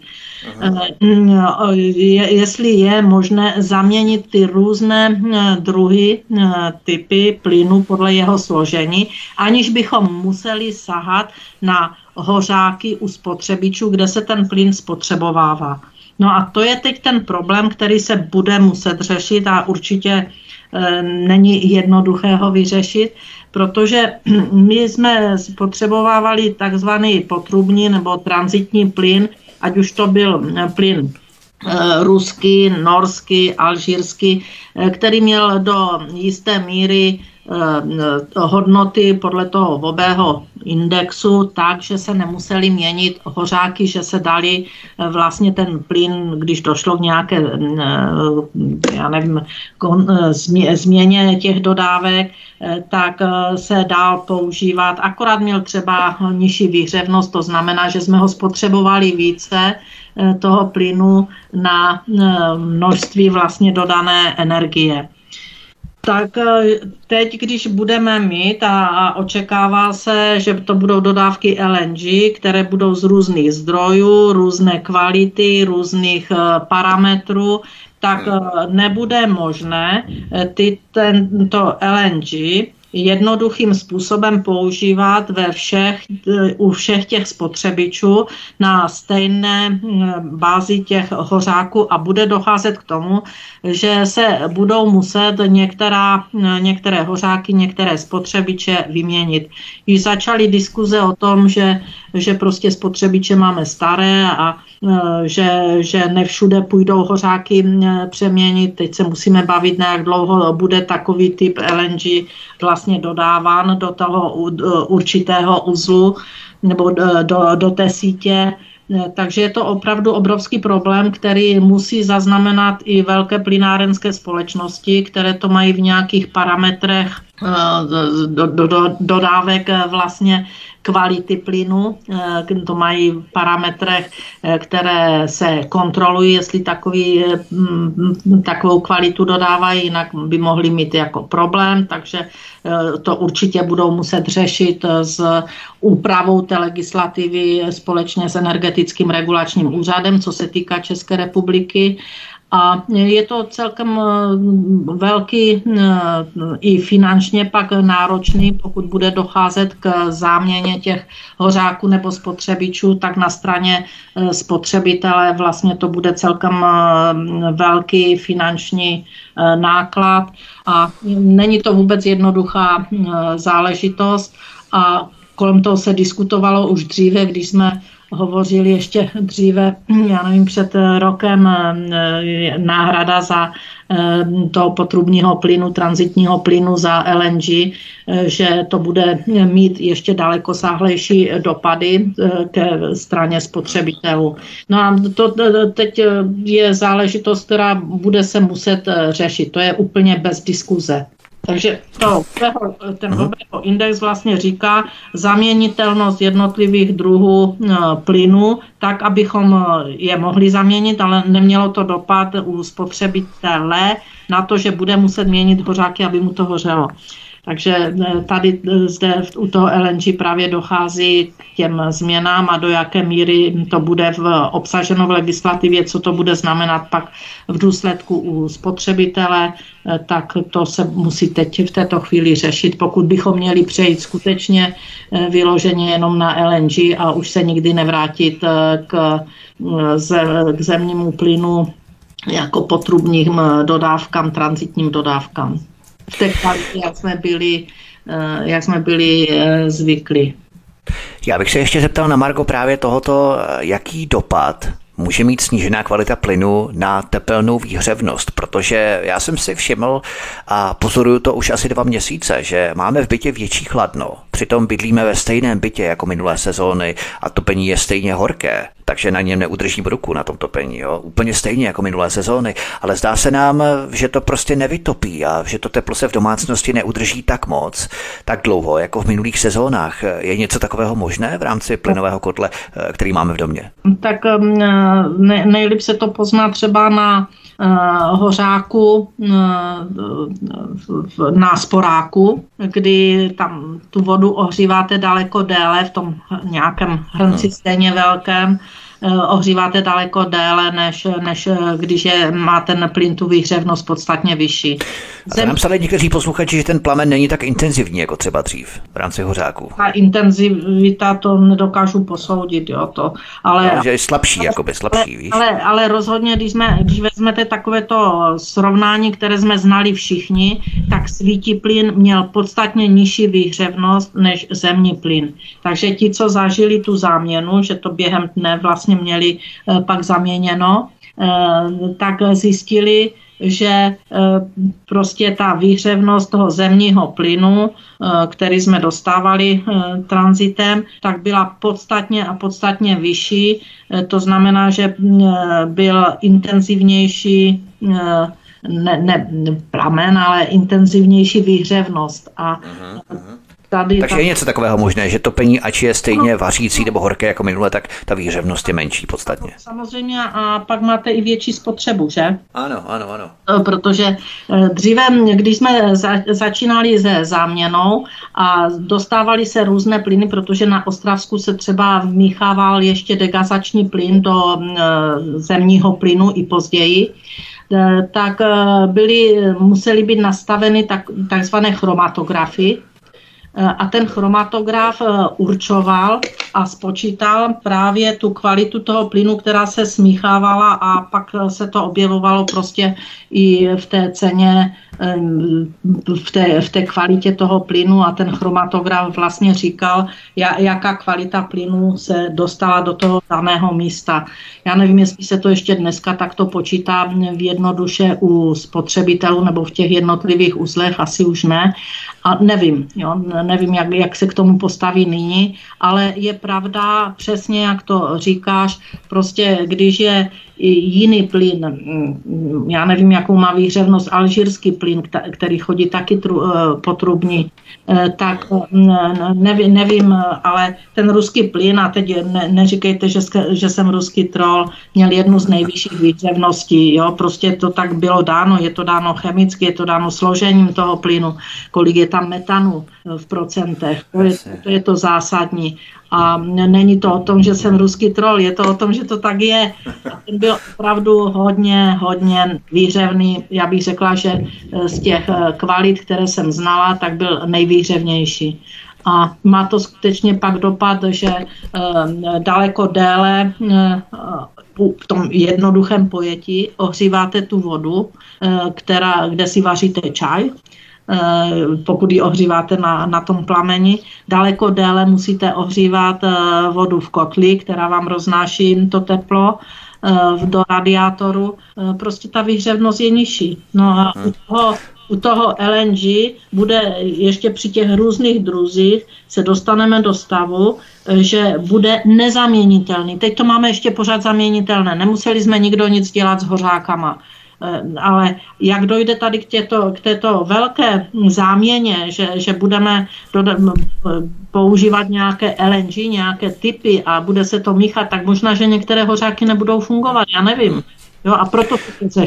Jestli je možné zaměnit ty různé druhy, typy plynu podle jeho složení, aniž bychom museli sahat na hořáky u spotřebičů, kde se ten plyn spotřebovává. No a to je teď ten problém, který se bude muset řešit a určitě není jednoduché ho vyřešit, protože my jsme spotřebovávali takzvaný potrubní nebo tranzitní plyn, ať už to byl plyn ruský, norský, alžírský, který měl do jisté míry hodnoty podle toho vobého indexu, tak, že se nemuseli měnit hořáky, že se dali vlastně ten plyn, když došlo k nějaké, já nevím, změně těch dodávek, tak se dál používat. Akorát měl třeba nižší výhřevnost, to znamená, že jsme ho spotřebovali více toho plynu na množství vlastně dodané energie. Tak teď, když budeme mít a očekává se, že to budou dodávky LNG, které budou z různých zdrojů, různé kvality, různých parametrů, tak nebude možné tento LNG jednoduchým způsobem používat u všech těch spotřebičů na stejné bázi těch hořáků a bude docházet k tomu, že se budou muset některé hořáky, některé spotřebiče vyměnit. Již začaly diskuze o tom, že prostě spotřebiče máme staré a že nevšude půjdou hořáky přeměnit. Teď se musíme bavit, na jak dlouho bude takový typ LNG vlastně dodáván do toho určitého uzlu nebo do té sítě. Takže je to opravdu obrovský problém, který musí zaznamenat i velké plynárenské společnosti, které to mají v nějakých parametrech dodávek vlastně kvality plynu. To mají v parametrech, které se kontrolují, jestli takovou kvalitu dodávají, jinak by mohli mít jako problém, takže to určitě budou muset řešit s úpravou té legislativy společně s Energetickým regulačním úřadem, co se týká České republiky. A je to celkem velký i finančně pak náročný, pokud bude docházet k záměně těch hořáků nebo spotřebičů, tak na straně spotřebitele vlastně to bude celkem velký finanční náklad a není to vůbec jednoduchá záležitost a kolem toho se diskutovalo už dříve, když jsme hovořili ještě dříve, já nevím, před rokem náhrada za toho potrubního plynu, tranzitního plynu za LNG, že to bude mít ještě dalekosáhlejší dopady ke straně spotřebitelů. No a to teď je záležitost, která bude se muset řešit. To je úplně bez diskuze. Takže ten Hobeho index vlastně říká zaměnitelnost jednotlivých druhů plynu, tak, abychom je mohli zaměnit, ale nemělo to dopad u spotřebitele na to, že bude muset měnit hořáky, aby mu to hořelo. Takže tady zde u toho LNG právě dochází k těm změnám a do jaké míry to bude obsaženo v legislativě, co to bude znamenat pak v důsledku u spotřebitele, tak to se musí teď v této chvíli řešit. Pokud bychom měli přejít skutečně vyloženě jenom na LNG a už se nikdy nevrátit k zemnímu plynu jako potrubním dodávkám, tranzitním dodávkám. V té kvalitě, jak jsme byli zvyklí. Já bych se ještě zeptal na margo právě tohoto, jaký dopad může mít snížená kvalita plynu na tepelnou výhřevnost, protože já jsem si všiml a pozoruju to už asi 2 měsíce, že máme v bytě větší chladno. Přitom bydlíme ve stejném bytě jako minulé sezóny a topení je stejně horké, takže na něm neudržím ruku na tom topení, jo? Úplně stejně jako minulé sezóny, ale zdá se nám, že to prostě nevytopí a že to teplo se v domácnosti neudrží tak moc, tak dlouho jako v minulých sezónách. Je něco takového možné v rámci plynového kotle, který máme v domě? Tak nejlíp se to pozná třeba na hořáku, na sporáku, kdy tam tu vodu ohříváte daleko déle v tom nějakém hrnci stejně velkém, ohříváte daleko déle, než když má ten plyn tu výhřevnost podstatně vyšší. A nám psali někteří posluchači, že ten plamen není tak intenzivní jako třeba dřív v rámci hořáku. Ta intenzivita to nedokážu posoudit, jo, ale že je slabší, slabší, víš? Ale rozhodně, když vezmete takovéto srovnání, které jsme znali všichni, tak svítí plyn měl podstatně nižší výhřevnost než zemní plyn. Takže ti, co zažili tu záměnu, že to během dne vlastně měli pak zaměněno, tak zjistili, že prostě ta výhřevnost toho zemního plynu, který jsme dostávali tranzitem, tak byla podstatně vyšší. To znamená, že byl intenzivnější ne pramen, ale intenzivnější výhřevnost. Takže je něco takového možné, že topení, ač je stejně vařící nebo horké jako minule, tak ta výhřevnost je menší podstatně. Samozřejmě a pak máte i větší spotřebu, že? Ano. Protože dříve, když jsme začínali se záměnou a dostávali se různé plyny, protože na Ostravsku se třeba vmíchával ještě degazační plyn do zemního plynu i později, tak musely být nastaveny takzvané chromatografy. A ten chromatograf určoval a spočítal právě tu kvalitu toho plynu, která se smíchávala a pak se to objevovalo prostě i v té ceně, v té kvalitě toho plynu a ten chromatograf vlastně říkal, jaká kvalita plynu se dostala do toho daného místa. Já nevím, jestli se to ještě dneska takto počítá jednoduše u spotřebitelů nebo v těch jednotlivých uzlech, asi už ne. A nevím, jak se k tomu postaví nyní, ale je pravda přesně, jak to říkáš, prostě když je jiný plyn, já nevím, jakou má výhřevnost, alžírský plyn, který chodí taky potrubní, tak nevím, ale ten ruský plyn, a teď neříkejte, že jsem ruský troll, měl jednu z nejvyšších výhřevností, jo, prostě to tak bylo dáno, je to dáno chemicky, je to dáno složením toho plynu, kolik je tam metanu v procentech, to je to zásadní. A není to o tom, že jsem ruský troll, je to o tom, že to tak je. A ten byl opravdu hodně výhřevný. Já bych řekla, že z těch kvalit, které jsem znala, tak byl nejvýhřevnější. A má to skutečně pak dopad, že daleko déle v tom jednoduchém pojetí ohříváte tu vodu, kde si vaříte čaj. Pokud ji ohříváte na tom plameni, daleko déle musíte ohřívat vodu v kotli, která vám roznáší to teplo do radiátoru. Prostě ta výhřevnost je nižší. No a u toho LNG bude ještě při těch různých druzích se dostaneme do stavu, že bude nezaměnitelný. Teď to máme ještě pořád zaměnitelné. Nemuseli jsme nikdo nic dělat s hořákama. Ale jak dojde tady k této velké záměně, že budeme používat nějaké LNG, nějaké typy a bude se to míchat, tak možná, že některé hořáky nebudou fungovat, já nevím. Jo, a proto to řeší.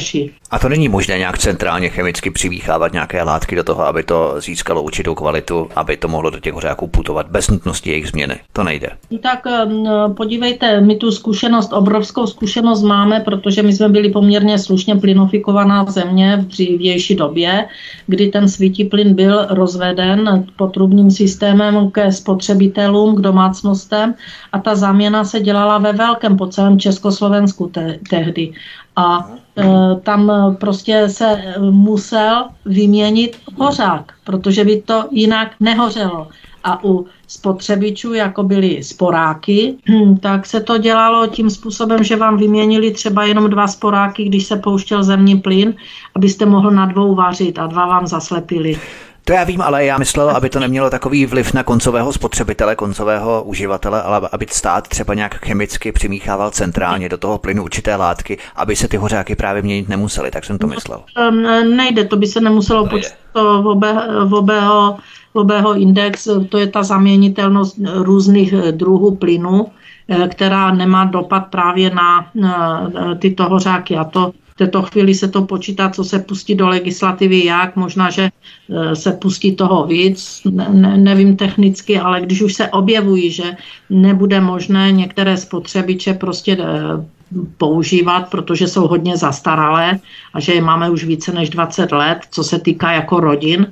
A to není možné nějak centrálně chemicky přimíchávat nějaké látky do toho, aby to získalo určitou kvalitu, aby to mohlo do těch hořáků putovat bez nutnosti jejich změny. To nejde. Tak podívejte, my tu obrovskou zkušenost máme, protože my jsme byli poměrně slušně plynofikovaná země v dřívější době, kdy ten svítiplyn byl rozveden potrubním systémem ke spotřebitelům, k domácnostem a ta záměna se dělala ve velkém po celém Československu tehdy. A tam prostě se musel vyměnit hořák, protože by to jinak nehořelo. A u spotřebičů, jako byly sporáky, tak se to dělalo tím způsobem, že vám vyměnili třeba jenom 2 sporáky, když se pouštěl zemní plyn, abyste mohl na 2 vařit a 2 vám zaslepili. To já vím, ale já myslel, aby to nemělo takový vliv na koncového spotřebitele, koncového uživatele, ale aby stát třeba nějak chemicky přimíchával centrálně do toho plynu určité látky, aby se ty hořáky právě měnit nemusely, tak jsem to myslel. Nejde, to by se nemuselo počítat obého index, to je ta zaměnitelnost různých druhů plynu, která nemá dopad právě na tyto hořáky. A to v této chvíli se to počítá, co se pustí do legislativy, jak, možná, že se pustí toho víc, nevím technicky, ale když už se objevují, že nebude možné některé spotřebiče prostě používat, protože jsou hodně zastaralé a že je máme už více než 20 let, co se týká jako rodin,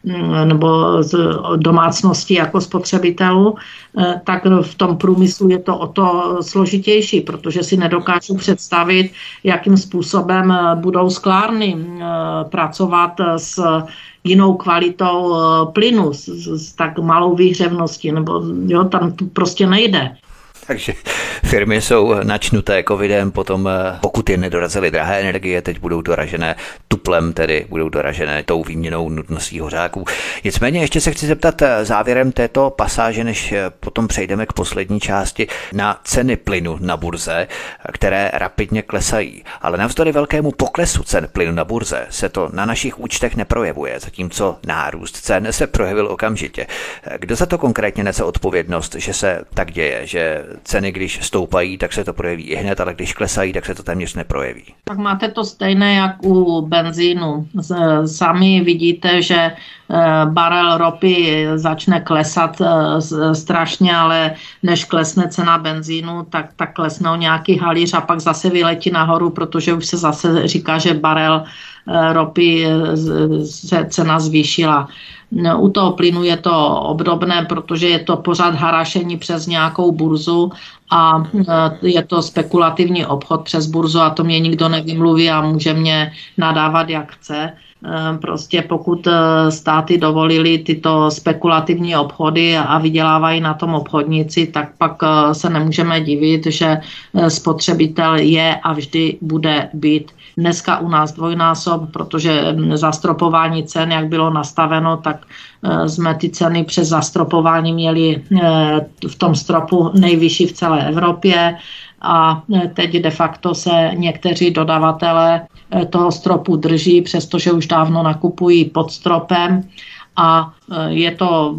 nebo z domácnosti jako spotřebitelů, tak v tom průmyslu je to o to složitější, protože si nedokážu představit, jakým způsobem budou sklárny pracovat s jinou kvalitou plynu, s tak malou výhřevností, nebo jo, tam to prostě nejde. Takže firmy jsou načnuté covidem, potom pokud je nedorazily drahé energie, teď budou doražené tuplem, tedy budou doražené tou výměnou nutností hořáků. Nicméně ještě se chci zeptat závěrem této pasáže, než potom přejdeme k poslední části, na ceny plynu na burze, které rapidně klesají. Ale navzdory velkému poklesu cen plynu na burze se to na našich účtech neprojevuje, zatímco nárůst cen se projevil okamžitě. Kdo za to konkrétně nese odpovědnost, že se tak děje, že ceny, když stoupají, tak se to projeví i hned, ale když klesají, tak se to téměř neprojeví? Tak máte to stejné jak u benzínu. Sami vidíte, že barel ropy začne klesat strašně, ale než klesne cena benzínu, tak klesnou nějaký halíř a pak zase vyletí nahoru, protože už se zase říká, že barel ropy se cena zvýšila. U toho plynu je to obdobné, protože je to pořád harašení přes nějakou burzu a je to spekulativní obchod přes burzu a to mě nikdo nevymluví a může mě nadávat jak chce. Prostě pokud státy dovolili tyto spekulativní obchody a vydělávají na tom obchodníci, tak pak se nemůžeme divit, že spotřebitel je a vždy bude být. Dneska u nás dvojnásob, protože zastropování cen, jak bylo nastaveno, tak jsme ty ceny přes zastropování měli v tom stropu nejvyšší v celé Evropě a teď de facto se někteří dodavatelé toho stropu drží, přestože už dávno nakupují pod stropem a je to,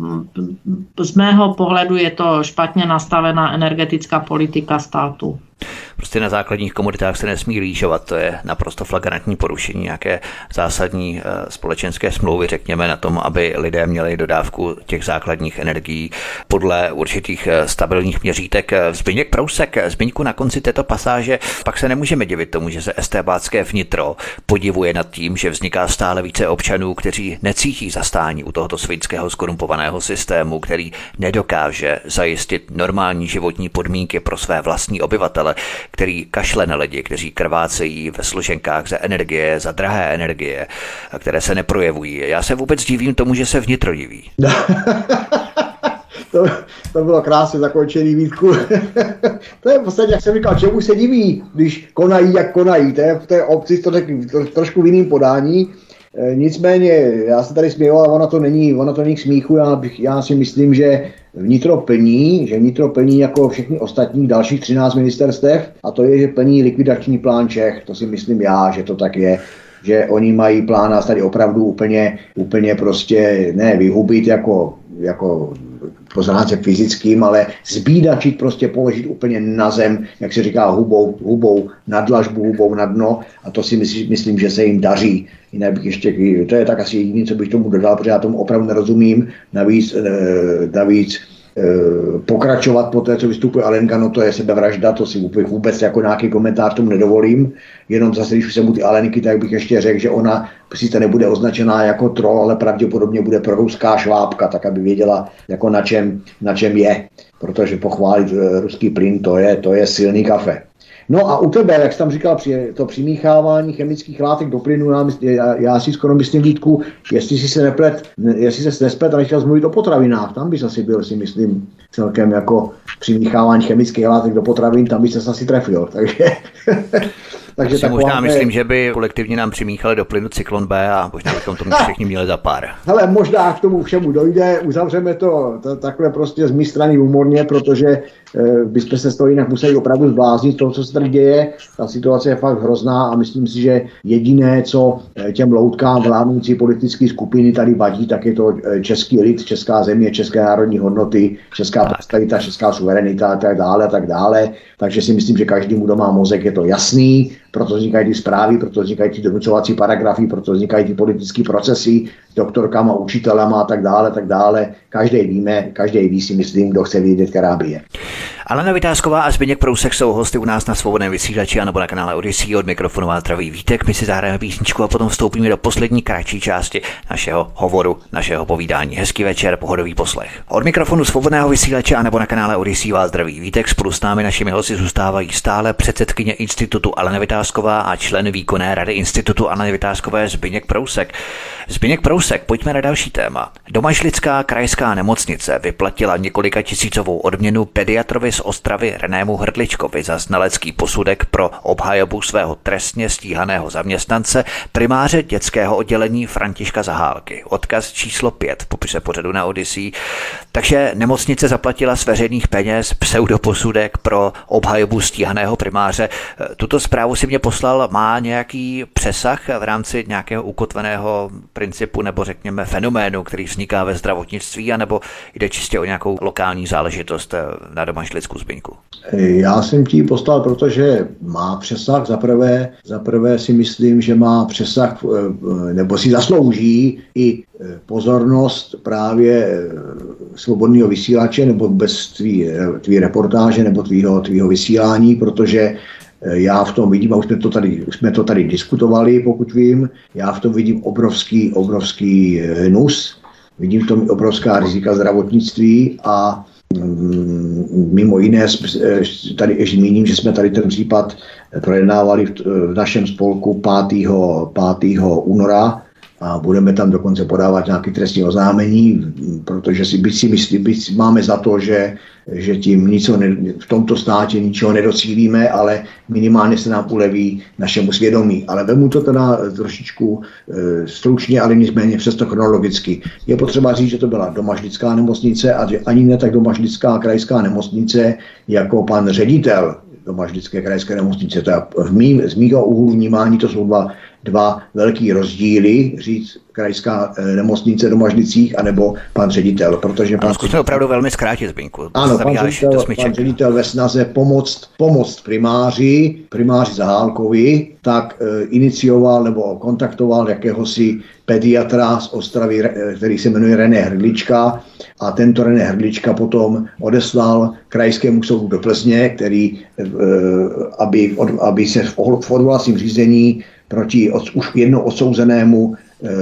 z mého pohledu je to špatně nastavená energetická politika státu. Prostě na základních komoditách se nesmí rýžovat, to je naprosto flagrantní porušení nějaké zásadní společenské smlouvy, řekněme, na tom, aby lidé měli dodávku těch základních energií podle určitých stabilních měřítek. Zbyněk Prousek, Zbyňku, na konci této pasáže pak se nemůžeme divit tomu, že se estébácké vnitro podivuje nad tím, že vzniká stále více občanů, kteří necítí zastání u tohoto svinského skorumpovaného systému, který nedokáže zajistit normální životní podmínky pro své vlastní obyvatele, který kašle na lidi, kteří krvácejí ve složenkách za energie, za drahé energie, které se neprojevují. Já se vůbec divím tomu, že se vnitro diví. To bylo krásně zakončený, Vítku. To je v podstatě, jak jsem říkal, čemu se diví, když konají, jak konají. To je obci to trošku v jiným podání. Nicméně, já se tady směju, ale ono to není k smíchu. Já si myslím, že vnitro plní jako všechny ostatní dalších 13 ministerstev a to je, že plní likvidační plán Čech. To si myslím já, že to tak je. Že oni mají plán nás tady opravdu úplně prostě ne vyhubit jako po stránce fyzickým, ale zbídačit, prostě položit úplně na zem, jak se říká, hubou na dlažbu, hubou na dno, a to si myslím, že se jim daří. Jinak bych ještě, to je tak asi jediné, co bych tomu dodal, protože já tomu opravdu nerozumím. Navíc pokračovat po té, co vystupuje Alenka, no to je sebevražda, to si vůbec jako nějaký komentář tomu nedovolím. Jenom zase, když už se mu ty Alenky, tak bych ještě řekl, že ona sice nebude označená jako troll, ale pravděpodobně bude proruská švábka, tak aby věděla, jako na čem je. Protože pochválit ruský plyn, to je silný kafe. No a u tebe, jak jsi tam říkal, to přimíchávání chemických látek do plynu, já si skoro myslím, Vítku, jestli se nesplet a nechtěl mluvit o potravinách, tam bys asi byl, si myslím, celkem jako přimíchávání chemických látek do potravin, tam bys se asi trefil, takže si možná myslím, že by kolektivně nám přimíchali do plynu cyklon B a možná bychom tomu všichni měli za pár. Hele, možná k tomu všemu dojde, uzavřeme to takhle prostě z mé strany humorně, protože bychom se z toho jinak museli opravdu zbláznit, toho, co se tady děje. Ta situace je fakt hrozná a myslím si, že jediné, co těm loutkám vládnoucí politické skupiny tady vadí, tak je to český lid, česká země, české národní hodnoty, česká prosperita, česká suverenita a tak dále. Takže si myslím, že každému, kdo má mozek, je to jasný, proto vznikají ty zprávy, proto vznikají ty donucovací paragrafy, proto vznikají ty politické procesy s doktorkama, učitelama a tak dále. Každý ví, si myslím, kdo chce vědět, která by je. Alena Vitásková a Zbyněk Prousek jsou hosty u nás na Svobodném vysílači a nebo na kanále Odyssey. Od mikrofonu vás zdraví Vítek. My si zahrajeme písničku a potom vstoupíme do poslední kratší části našeho hovoru, našeho povídání. Hezký večer, pohodový poslech. Od mikrofonu Svobodného vysílače a nebo na kanále Odyssey vás zdraví Vítek. Spolu s námi našimi hosty zůstávají stále předsedkyně institutu Alena Vitásková a člen výkonné rady institutu Aleny Vitáskové Zbyněk Prousek. Zbyněk Prousek, pojďme na další téma. Domažlická krajská nemocnice vyplatila několika tisícovou odměnu pediatrovi z Ostravy Renému Hrdličkovi za znalecký posudek pro obhajobu svého trestně stíhaného zaměstnance, primáře dětského oddělení Františka Zahálky. Odkaz číslo 5 v popise pořadu na Odyssey. Takže nemocnice zaplatila z veřejných peněz pseudoposudek pro obhajobu stíhaného primáře. Tuto zprávu si mě poslal, má nějaký přesah v rámci nějakého ukotveného principu nebo řekněme fenoménu, který vzniká ve zdravotnictví, anebo jde čistě o nějakou lokální záležitost na Domažlicku, Zbyňku? Já jsem ti poslal, protože má přesah. Zaprvé si myslím, že má přesah, nebo si zaslouží i pozornost právě Svobodného vysílače nebo vůbec tvý reportáže nebo tvýho vysílání, protože já v tom vidím, a už jsme to tady diskutovali, pokud vím, já v tom vidím obrovský hnus, vidím v tom obrovská rizika zdravotnictví a mimo jiné tady ještě zmíním, že jsme tady ten případ projednávali v našem spolku 5. února a budeme tam dokonce podávat nějaké trestní oznámení, protože byť máme za to, že tím v tomto státě ničeho nedocílíme, ale minimálně se nám uleví našemu svědomí. Ale vemu to teda trošičku stručně, ale nicméně přesto chronologicky. Je potřeba říct, že to byla Domažlická nemocnice a že ani ne tak Domažlická krajská nemocnice jako pan ředitel Domažlické krajské nemocnice. To z mýho úhlu vnímání to jsou dva velký rozdíly, říct krajská nemocnice v Domažlicích, anebo pan ředitel, protože zkusme opravdu velmi zkrátit, Zbyňku. Ano, pan ředitel ve snaze pomoct primáři Zahálkovi, tak inicioval nebo kontaktoval jakéhosi pediatra z Ostravy, který se jmenuje René Hrdlička, a tento René Hrdlička potom odeslal krajskému soudu do Plzně, který, aby se v odvolacím řízení proti už jednou odsouzenému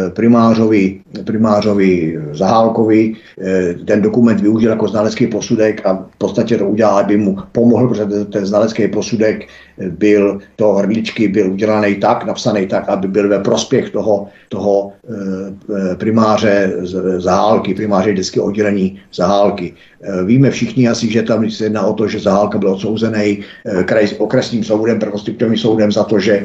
primářovi Zahálkovi ten dokument využil jako znalecký posudek a v podstatě to udělal, aby mu pomohl, protože ten znalecký posudek byl toho Hrdličky byl udělaný tak, napsaný tak, aby byl ve prospěch toho primáře Zahálky, primáře dětského oddělení Zahálky. Víme všichni asi, že tam se jedná o to, že Zahálka byl odsouzený okresním soudem, prvostupňovým soudem za to, že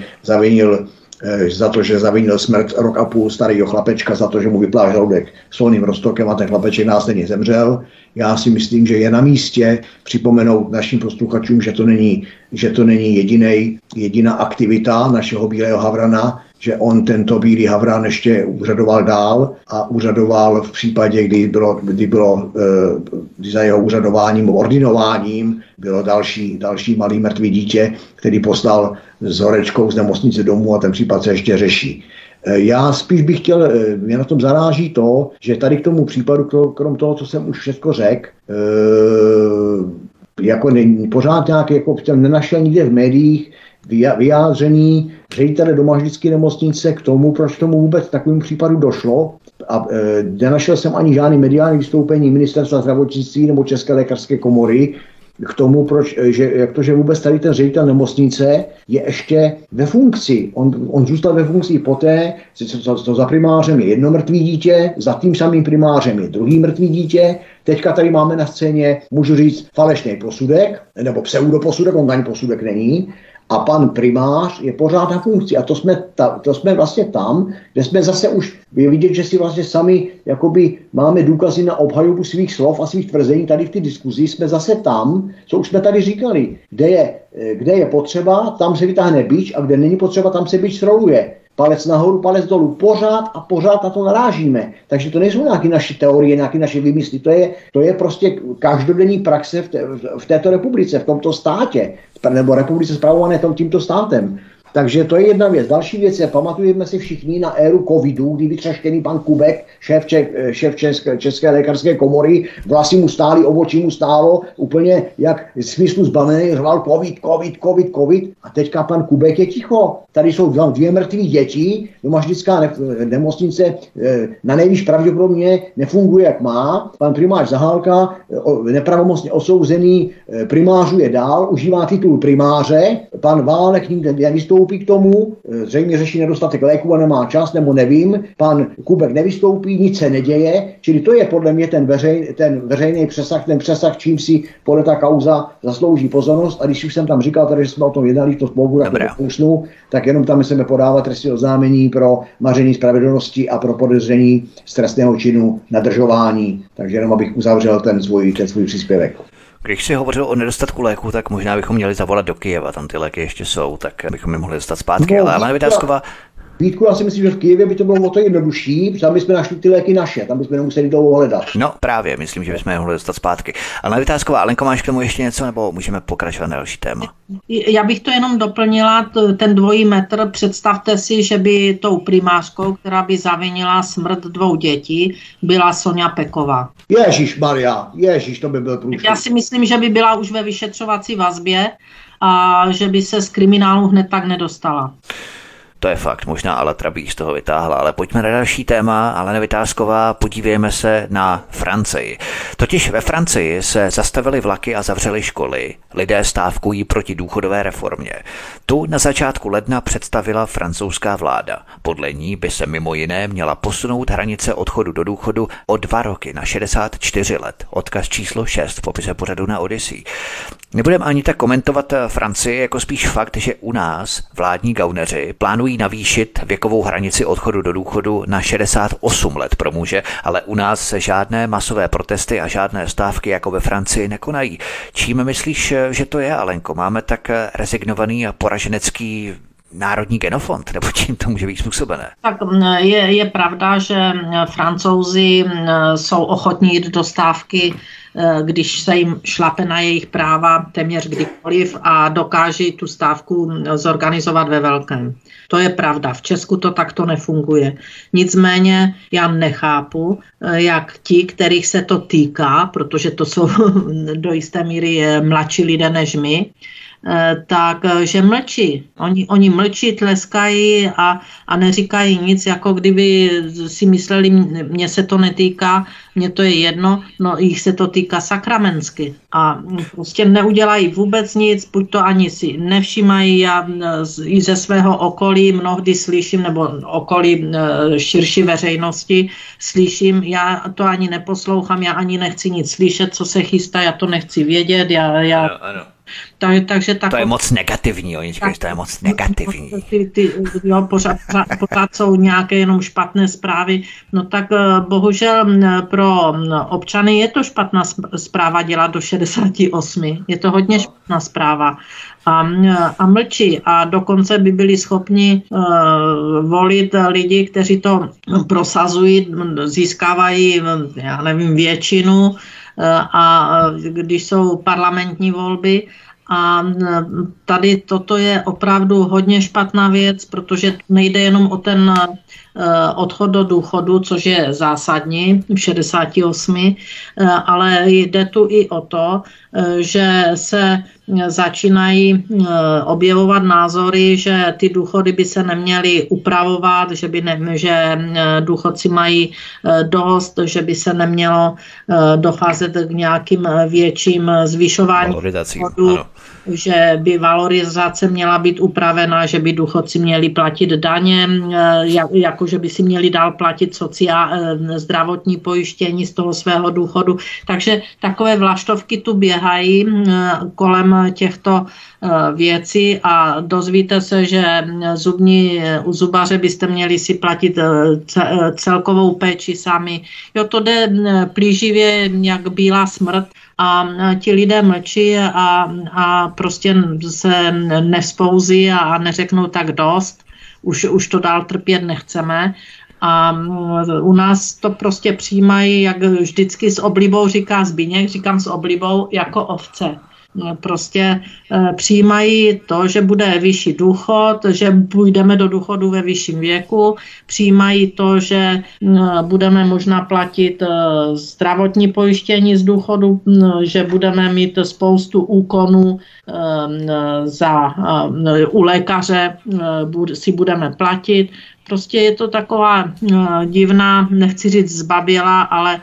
zavinil smrt rok a půl starého chlapečka, za to, že mu vypláhl žaludek solným roztokem a ten chlapeček následně zemřel. Já si myslím, že je na místě připomenout našim posluchačům, že to není jediná aktivita našeho Bílého havrana, že on tento bílý havran ještě úřadoval dál a úřadoval v případě, kdy za jeho úřadováním, ordinováním bylo další malý mrtvý dítě, který poslal s horečkou z nemocnice domů a ten případ se ještě řeší. Já spíš bych chtěl, mě na tom zaráží to, že tady k tomu případu, krom toho, co jsem už všechno řekl, jako pořád nějak jako jsem nenašel nikde v médiích vyjádření ředitele domažlické nemocnice k tomu, proč tomu vůbec takovému případu došlo. A nenašel jsem ani žádný mediální vystoupení ministerstva zdravotnictví nebo České lékařské komory k tomu, že vůbec tady ten ředitel nemocnice je ještě ve funkci. On zůstal ve funkci poté, co za primářem je jedno mrtvý dítě, za tím samým primářem je druhý mrtvý dítě. Teďka tady máme na scéně, můžu říct, falešný posudek, nebo pseudoposudek, on ani posudek není. A pan primář je pořád na funkci. A to jsme vlastně tam, kde jsme zase už vidět, že si vlastně sami jakoby máme důkazy na obhajobu svých slov a svých tvrzení tady v té diskuzi. Jsme zase tam, co už jsme tady říkali. Kde je potřeba, tam se vytáhne bič a kde není potřeba, tam se bič sroluje. Palec nahoru, palec dolů. Pořád na to narážíme. Takže to nejsou nějaké naše teorie, nějaké naše vymysly. To je prostě každodenní praxe v této republice, v tomto státě. Nebo republice spravované tímto státem. Takže to je jedna věc. Další věc je, pamatujeme si všichni na éru covidu, kdy vytřeštěný pan Kubek, šéf České lékařské komory, vlasy mu stály, obočí mu stálo, úplně jak smyslu zbavený, řval covid. A teďka pan Kubek je ticho. Tady jsou dvě mrtví děti, domažlická nemocnice na nejvíc pravděpodobně nefunguje, jak má. Pan primář Zahálka, nepravomocně osouzený, primářuje dál, užívá titul primáře. Pan Válek nikde nevystoupí k tomu, zřejmě řeší nedostatek léků a nemá čas, nebo nevím. Pan Kubek nevystoupí, nic se neděje, čili to je podle mě ten veřejný přesah, ten přesah, čím si podle ta kauza zaslouží pozornost. A když už jsem tam říkal, tady, že jsme o tom jednali, to spolu usnu, tak jenom tam chceme podávat trestní oznámení pro maření spravedlnosti a pro podezření z trestného činu nadržování. Takže jenom abych uzavřel ten svůj příspěvek. Když si hovořil o nedostatku léků, tak možná bychom měli zavolat do Kyjeva, tam ty léky ještě jsou, tak bychom je mohli dostat zpátky. Ale Alena Vitásková... Vítku, já si myslím, že v Kyjevě by to bylo o to jednodušší, tam bychom našli ty léky naše, tam bychom nemuseli dlouho hledat. No právě, myslím, že bychom je mohli dostat zpátky. Alena Vitásková, Alenko, máš k tomu ještě něco, nebo můžeme pokračovat na další téma? Já bych to jenom doplnila, ten dvojí metr, představte si, že by tou primářkou, která by zavinila smrt 2 dětí, byla Soňa Peková. Ježišmarja, to by byl průšvih. Já si myslím, že by byla už ve vyšetřovací vazbě a že by se z kriminálu hned tak nedostala. To je fakt, možná Alatra by z toho vytáhla, ale pojďme na další téma. Alena Vitásková, podívejme se na Francii. Totiž ve Francii se zastavily vlaky a zavřely školy. Lidé stávkují proti důchodové reformě. Tu na začátku ledna představila francouzská vláda. Podle ní by se mimo jiné měla posunout hranice odchodu do důchodu o 2 roky na 64 let. Odkaz číslo 6 v popise pořadu na Odyssey. Nebudeme ani tak komentovat Francii, jako spíš fakt, že u nás vládní gauneři plánují navýšit věkovou hranici odchodu do důchodu na 68 let pro muže, ale u nás se žádné masové protesty a žádné stávky jako ve Francii nekonají. Čím myslíš, že to je, Alenko? Máme tak rezignovaný a poraženecký národní genofond, nebo čím to může být způsobené? Tak je pravda, že Francouzi jsou ochotní jít do stávky, když se jim šlape na jejich práva téměř kdykoliv a dokáží tu stávku zorganizovat ve velkém. To je pravda. V Česku to takto nefunguje. Nicméně já nechápu, jak ti, kterých se to týká, protože to jsou do jisté míry mladší lidé než my, takže mlčí. Oni mlčí, tleskají a neříkají nic, jako kdyby si mysleli, mně se to netýká, mně to je jedno, no jich se to týká sakramensky. A prostě neudělají vůbec nic, buď to ani si nevšímají, já i ze svého okolí mnohdy slyším, nebo okolí širší veřejnosti slyším, já to ani neposlouchám, já ani nechci nic slyšet, co se chystá, já to nechci vědět, Takže to je moc negativní, oni říkají, že to je moc negativní. Pořád jsou nějaké jenom špatné zprávy. No tak bohužel pro občany je to špatná zpráva dělat do 68. Je to hodně špatná zpráva. A mlčí. A dokonce by byli schopni volit lidi, kteří to prosazují, získávají, já nevím, většinu, a když jsou parlamentní volby. A tady toto je opravdu hodně špatná věc, protože nejde jenom o ten odchod do důchodu, což je zásadní v 68, ale jde tu i o to, že se začínají objevovat názory, že ty důchody by se neměly upravovat, že důchodci mají dost, že by se nemělo docházet k nějakým větším zvyšování důchodů, že by valorizace měla být upravena, že by důchodci měli platit daně, jako že by si měli dál platit zdravotní pojištění z toho svého důchodu. Takže takové vlaštovky tu běhají kolem těchto věcí a dozvíte se, že u zubaře byste měli si platit celkovou péči sami. Jo, to jde plíživě jak bílá smrt. A ti lidé mlčí a prostě se nevzpouzí a neřeknou tak dost. Už to dál trpět nechceme. A u nás to prostě přijímají, jak vždycky s oblibou říká Zbyněk, říkám s oblibou, jako ovce. Prostě přijímají to, že bude vyšší důchod, že půjdeme do důchodu ve vyšším věku, přijímají to, že budeme možná platit zdravotní pojištění z důchodu, že budeme mít spoustu úkonů u lékaře, si budeme platit. Prostě je to taková divná, nechci říct zbabělá, ale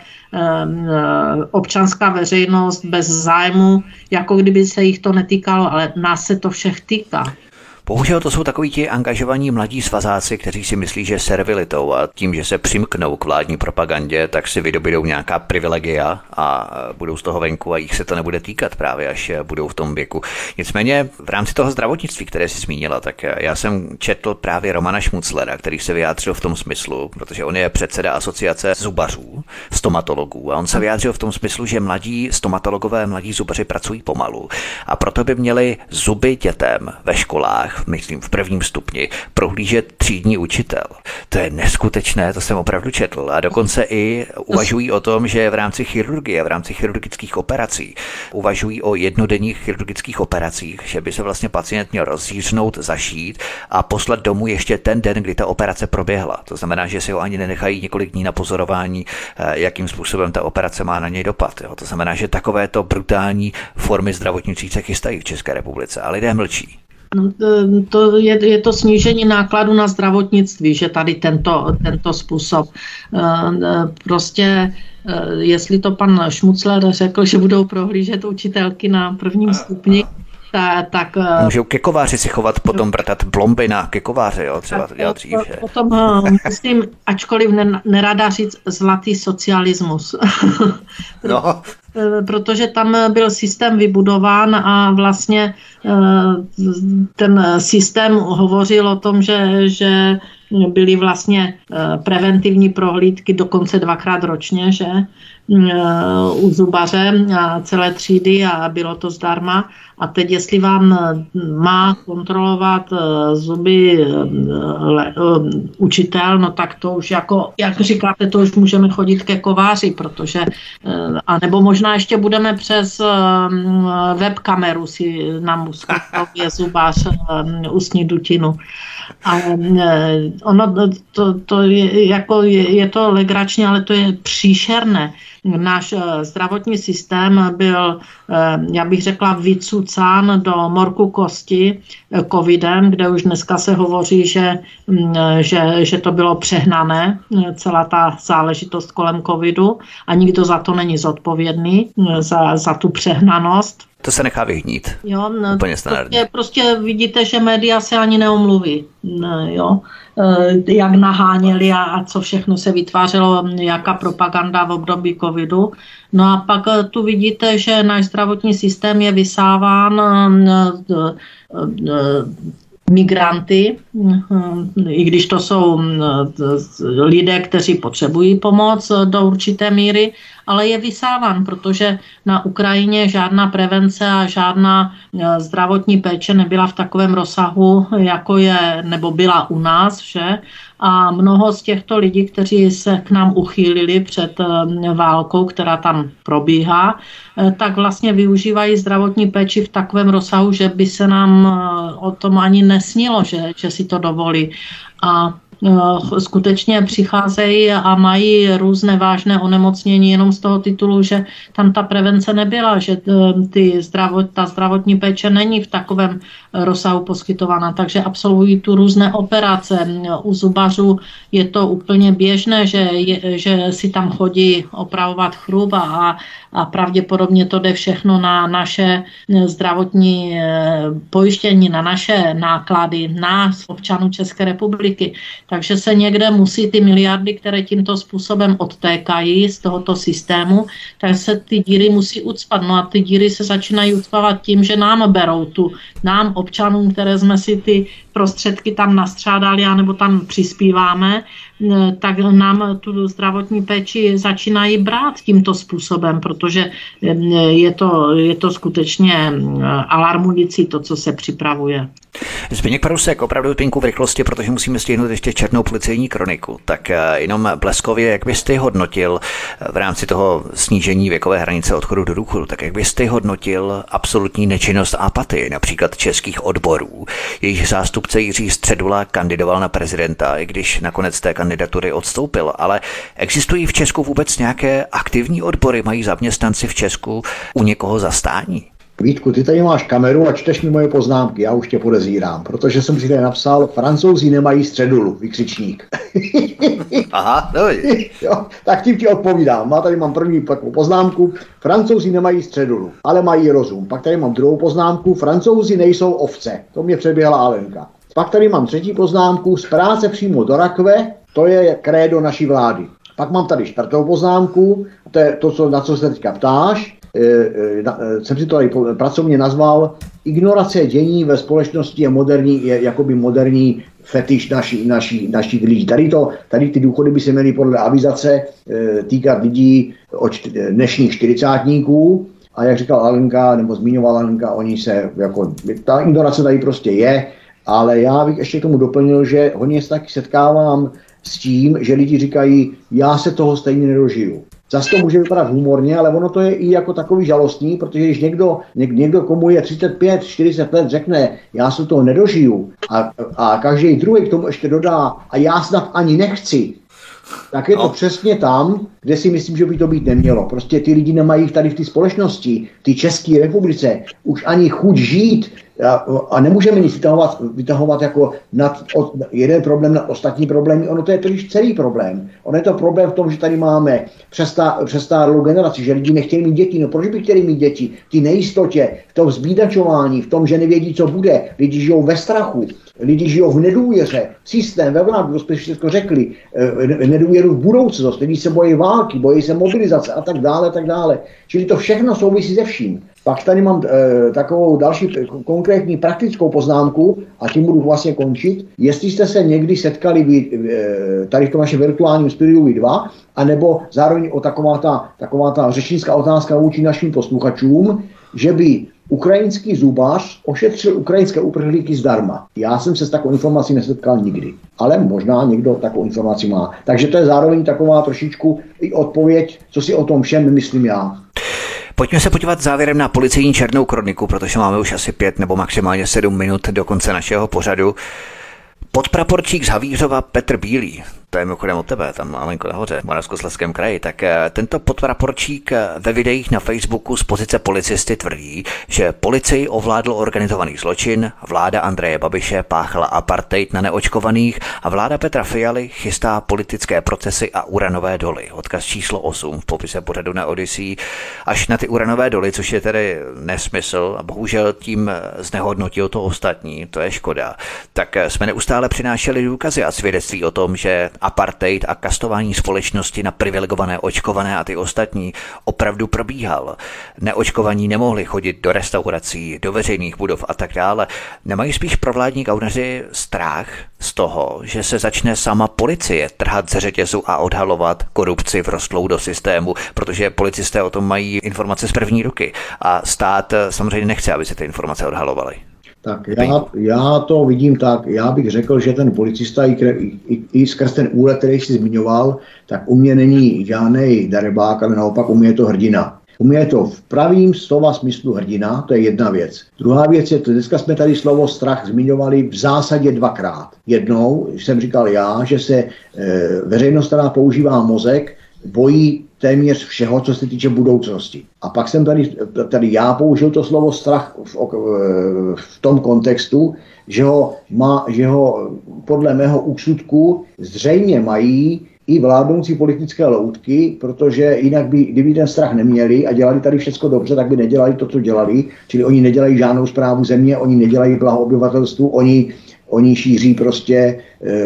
občanská veřejnost bez zájmu, jako kdyby se jich to netýkalo, ale nás se to všech týká. Bohužel to jsou takoví ti angažovaní mladí svazáci, kteří si myslí, že servilitou a tím, že se přimknou k vládní propagandě, tak si vydobydou nějaká privilegia a budou z toho venku a jich se to nebude týkat právě, až budou v tom věku. Nicméně v rámci toho zdravotnictví, které jsi zmínila, tak já jsem četl právě Romana Šmuclera, který se vyjádřil v tom smyslu, protože on je předseda asociace zubařů, stomatologů, a on se vyjádřil v tom smyslu, že mladí stomatologové, mladí zubaři pracují pomalu a proto by měli zuby dětem ve školách, myslím v prvním stupni, prohlížet třídní učitel. To je neskutečné, to jsem opravdu četl. A dokonce i uvažují o tom, že v rámci chirurgie, v rámci chirurgických operací, uvažují o jednodenních chirurgických operacích, že by se vlastně pacient měl rozříznout, zašít a poslat domů ještě ten den, kdy ta operace proběhla. To znamená, že si ho ani nenechají několik dní na pozorování, jakým způsobem ta operace má na něj dopad. Jo. To znamená, že takovéto brutální formy zdravotnictví se chystají v České republice a lidé mlčí. To je to snížení nákladu na zdravotnictví, že tady tento způsob. Prostě, jestli to pan Šmucler řekl, že budou prohlížet učitelky na prvním stupni, tak... Můžou ke kováři si chovat, potom vrtat blomby na ke kováře, jo, třeba to dělat dřív. Potom musím, ačkoliv nerada říct, zlatý socialismus. No. Protože tam byl systém vybudován a vlastně ten systém hovořil o tom, že byly vlastně preventivní prohlídky dokonce 2krát ročně, že u zubaře a celé třídy a bylo to zdarma. A teď, jestli vám má kontrolovat zuby učitel, no tak to už jako, jak říkáte, to už můžeme chodit ke kováři, protože, a nebo možná ještě budeme přes webkameru si nám zkoušet zubář ústní dutinu. Ale ono to je, jako je to legrační, ale to je příšerné. Náš zdravotní systém byl, já bych řekla, vycucán do morku kosti covidem, kde už dneska se hovoří, že to bylo přehnané, celá ta záležitost kolem covidu a nikdo za to není zodpovědný, za tu přehnanost. To se nechá vyhnít. Jo, no, úplně standardně. Prostě vidíte, že média se ani neomluví. Jo. Jak naháněli a co všechno se vytvářelo, jaká propaganda v období covidu. No a pak tu vidíte, že náš zdravotní systém je vysáván migranty, i když to jsou lidé, kteří potřebují pomoc do určité míry, ale je vysáván, protože na Ukrajině žádná prevence a žádná zdravotní péče nebyla v takovém rozsahu, jako je, nebo byla u nás, že? A mnoho z těchto lidí, kteří se k nám uchýlili před válkou, která tam probíhá, tak vlastně využívají zdravotní péči v takovém rozsahu, že by se nám o tom ani nesnilo, že si to dovolí. A skutečně přicházejí a mají různé vážné onemocnění jenom z toho titulu, že tam ta prevence nebyla, že ta zdravotní péče není v takovém rozsahu poskytována, takže absolvují tu různé operace. U zubařů je to úplně běžné, že si tam chodí opravovat chrup a pravděpodobně to jde všechno na naše zdravotní pojištění, na naše náklady, nás, občanů České republiky. Takže se někde musí ty miliardy, které tímto způsobem odtékají z tohoto systému, tak se ty díry musí ucpat. No a ty díry se začínají ucpavat tím, že nám berou nám občanům, které jsme si ty prostředky tam nastřádali anebo tam přispíváme, tak nám tu zdravotní péči začínají brát tímto způsobem, protože je to skutečně alarmující to, co se připravuje. Zbyněk Parousek, opravdu pinku v rychlosti, protože musíme stihnout ještě černou policejní kroniku. Tak jenom bleskově, jak byste hodnotil v rámci toho snížení věkové hranice odchodu do důchodu, tak jak byste hodnotil absolutní nečinnost a apatii například českých odborů? Jejich zástupce Jiří Středula kandidoval na prezidenta, i když nakonec té kandidatury odstoupil, ale existují v Česku vůbec nějaké aktivní odbory? Mají zaměstnanci v Česku u někoho zastání? Vítku, ty tady máš kameru a čteš mi moje poznámky, já už tě podezírám, protože jsem si tady napsal, Francouzi nemají středulu, vykřičník. Aha, dobře. Jo, tak tím ti odpovídám. Tady mám první poznámku, Francouzi nemají středulu, ale mají rozum. Pak tady mám druhou poznámku, Francouzi nejsou ovce, to mě předběhla Alenka. Pak tady mám třetí poznámku, z práce přímo do rakve, to je krédo naší vlády. Pak mám tady čtvrtou poznámku, to je to, na co se teďka ptáš. Jsem si to tady pracovně nazval, ignorace dění ve společnosti je jakoby moderní fetiš našich lidí. Tady ty důchody by se měly podle avizace týkat lidí od dnešních 40-tníků a jak říkal Alenka, nebo zmiňovala Alenka, oni se jako, ta ignorace tady prostě je, ale já bych ještě k tomu doplnil, že hodně se taky setkávám s tím, že lidi říkají, já se toho stejně nedožiju. Zase to může vypadat humorně, ale ono to je i jako takový žalostný, protože když někdo komu je 35, 40 let, řekne, já se toho nedožiju a každý druhý k tomu ještě dodá a já snad ani nechci, tak je to přesně tam, kde si myslím, že by to být nemělo. Prostě ty lidi nemají tady v té společnosti, ty České republice, už ani chuť žít a nemůžeme nic vytahovat jako jeden problém na ostatní problémy. Ono to je totiž celý problém. Ono je to problém v tom, že tady máme přestárlou generaci, že lidi nechtějí mít děti. No proč by chtěli mít děti? Ty nejistotě, v tom zbídačování, v tom, že nevědí, co bude. Lidi žijou ve strachu. Lidi žijou v nedůvěře, systém ve vládu, to jsme všechno řekli, nedůvěru v budoucnost, lidi se bojí války, bojí se mobilizace a tak dále. Čili to všechno souvisí se vším. Pak tady mám takovou další konkrétní praktickou poznámku a tím budu vlastně končit. Jestli jste se někdy setkali tady v tom našem virtuálním studiu vy dva, anebo zároveň o taková ta řečnická otázka vůči našim posluchačům, že by ukrajinský zubař ošetřil ukrajinské uprchlíky zdarma. Já jsem se s takovou informací nesetkal nikdy, ale možná někdo takovou informaci má. Takže to je zároveň taková trošičku i odpověď, co si o tom všem myslím já. Pojďme se podívat závěrem na policejní černou kroniku, protože máme už asi 5 nebo maximálně 7 minut do konce našeho pořadu. Podpraporčík z Havířova Petr Bílý to je mimochodem od tebe, tam malinko nahoře, v Moravskoslezském kraji, tak tento podpraporčík ve videích na Facebooku z pozice policisty tvrdí, že policii ovládl organizovaný zločin, vláda Andreje Babiše páchala apartheid na neočkovaných a vláda Petra Fialy chystá politické procesy a uranové doly. Odkaz číslo 8 v popise pořadu na Odyssey. Až na ty uranové doly, což je tedy nesmysl a bohužel tím znehodnotil to ostatní, to je škoda. Tak jsme neustále přinášeli důkazy a svědectví o tom, že apartheid a kastování společnosti na privilegované, očkované a ty ostatní opravdu probíhal. Neočkovaní nemohli chodit do restaurací, do veřejných budov a tak dále. Nemají spíš provládní gauneři strach z toho, že se začne sama policie trhat ze řetězu a odhalovat korupci vrostlou do systému, protože policisté o tom mají informace z první ruky a stát samozřejmě nechce, aby se ty informace odhalovaly. Tak já to vidím tak, já bych řekl, že ten policista i skrz ten úlet, který jsi zmiňoval, tak u mě není žádnej darebák, ale naopak u mě je to hrdina. U mě je to v pravým slova smyslu hrdina, to je jedna věc. Druhá věc je, dneska jsme tady slovo strach zmiňovali v zásadě dvakrát. Jednou jsem říkal já, že se veřejnost, která používá mozek, bojí téměř všeho, co se týče budoucnosti. A pak jsem tady já použil to slovo strach v tom kontextu, že ho podle mého úsudku zřejmě mají i vládnoucí politické loutky, protože jinak kdyby ten strach neměli a dělali tady všechno dobře, tak by nedělali to, co dělali. Čili oni nedělají žádnou správu země, oni nedělají blaho obyvatelstvu, oni šíří prostě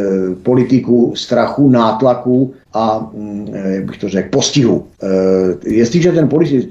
politiku strachu, nátlaku a, jak bych to řekl, postihu. Jestliže ten policist,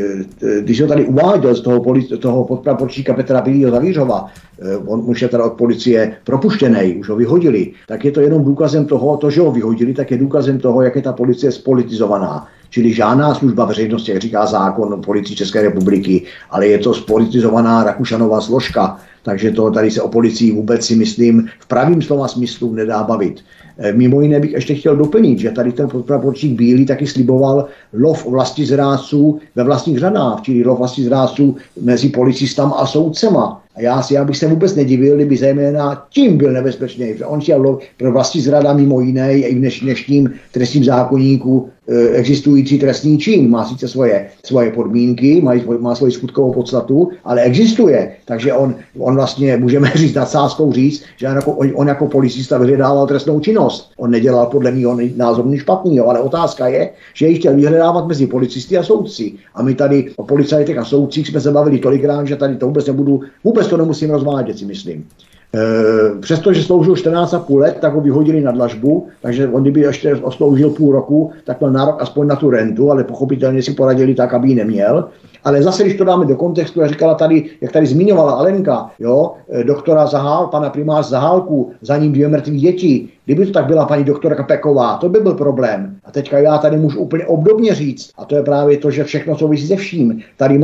když ho tady uváděl z toho podpraporčíka Petra Pilího Zavířova, on už je teda od policie propuštěnej, už ho vyhodili, tak je to jenom důkazem toho, že ho vyhodili, tak je důkazem toho, jak je ta policie spolitizovaná. Čili žádná služba veřejnosti, jak říká zákon Policii České republiky, ale je to spolitizovaná Rakušanova složka. Takže to tady se o policii vůbec si myslím v pravým slova smyslu nedá bavit. Mimo jiné bych ještě chtěl doplnit, že tady ten podpraporčík Bílý taky sliboval lov vlastizrádců ve vlastních řadách, čili lov vlastizrádců mezi policistama a soudcema. A já bych se vůbec nedivil, kdyby zejména tím byl nebezpečný, že on chtěl lov pro vlastizrada mimo jiné i v dnešním trestním zákoníku existující trestný čin. Má sice svoje podmínky, má svoji skutkovou podstatu, ale existuje. Takže on vlastně, můžeme říct nadsázkou říct, že on jako policista vyhledával trestnou činnost. On nedělal podle mého názoru nic špatného, ale otázka je, že ji chtěl vyhledávat mezi policisty a soudci. A my tady o policajtech a soudcích jsme se bavili tolikrát, že tady to vůbec to nemusím rozvádět, si myslím. Přestože sloužil 14,5 let, tak ho vyhodili na dlažbu, takže on kdyby ještě sloužil půl roku, tak měl nárok aspoň na tu rentu, ale pochopitelně si poradili tak, aby ji neměl. Ale zase, když to dáme do kontextu, jak říkala tady, jak tady zmiňovala Alenka, doktora pana primář Zahálku, za ním 2 mrtví děti, kdyby to tak byla paní doktorka Peková, to by byl problém. A teďka já tady můžu úplně obdobně říct, a to je právě to, že všechno souvisí se vším. Tady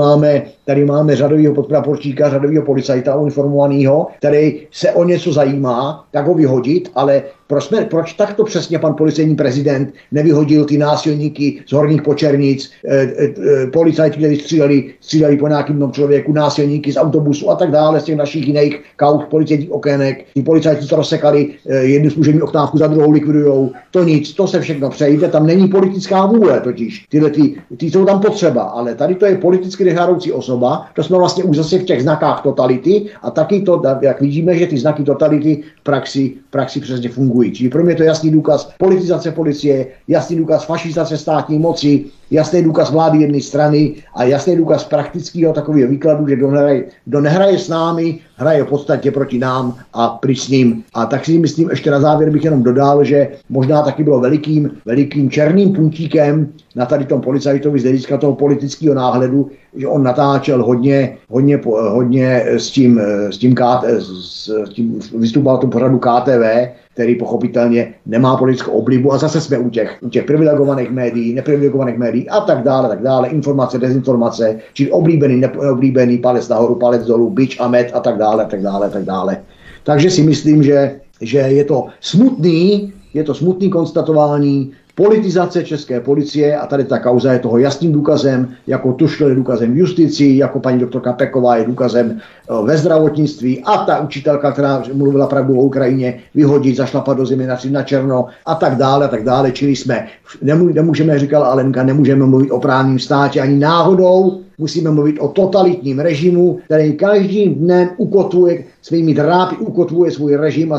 máme řadovýho podpraporčíka, řadovýho policajta uniformovaného, který se o něco zajímá, tak ho vyhodit, ale proč takto přesně pan policejní prezident nevyhodil ty násilníky z Horních Počernic, policajti, kteří stříleli po nějakým člověku, násilníky z autobusu a tak dále, z těch našich jiných kaut policejních okének. Ty policajti to rozsekali, jednu služební oktávku za druhou likvidujou. To nic, to se všechno přejde, tam není politická vůle totiž. Ty jsou tam potřeba, ale tady to je politicky nežádoucí osoba, to jsme vlastně už zase v těch znakách totality a taky to, jak vidíme, že ty znaky totality v praxi přesně fungují. Čili pro mě to je jasný důkaz politizace policie, jasný důkaz fašizace státní moci, jasný důkaz vlády jedné strany a jasný důkaz praktického takového výkladu, že kdo nehraje s námi, hraje v podstatě proti nám a pryč s ním. A tak si myslím, ještě na závěr bych jenom dodal, že možná taky bylo velikým černým puntíkem na tady tom policajtovi z hlediska toho politického náhledu, že on natáčel hodně s tím vystupoval v tom pořadu KTV, který pochopitelně nemá politickou oblibu a zase jsme u těch privilegovaných médií, neprivilegovaných médií a tak dále, informace, dezinformace, čili oblíbený, neoblíbený, palec nahoru, palec dolů, bič a med a tak dále. Takže si myslím, že je to smutný konstatování, politizace české policie a tady ta kauza je toho jasným důkazem, jako Tušl je důkazem v justici, jako paní doktorka Peková je důkazem ve zdravotnictví a ta učitelka, která mluvila pravdu o Ukrajině, vyhodit, zašlapat do země na černo a tak dále. Čili jsme, nemůžeme, říkala Alenka, nemůžeme mluvit o právním státě ani náhodou, musíme mluvit o totalitním režimu, který každým dnem ukotvuje svými drápy, ukotvuje svůj režim a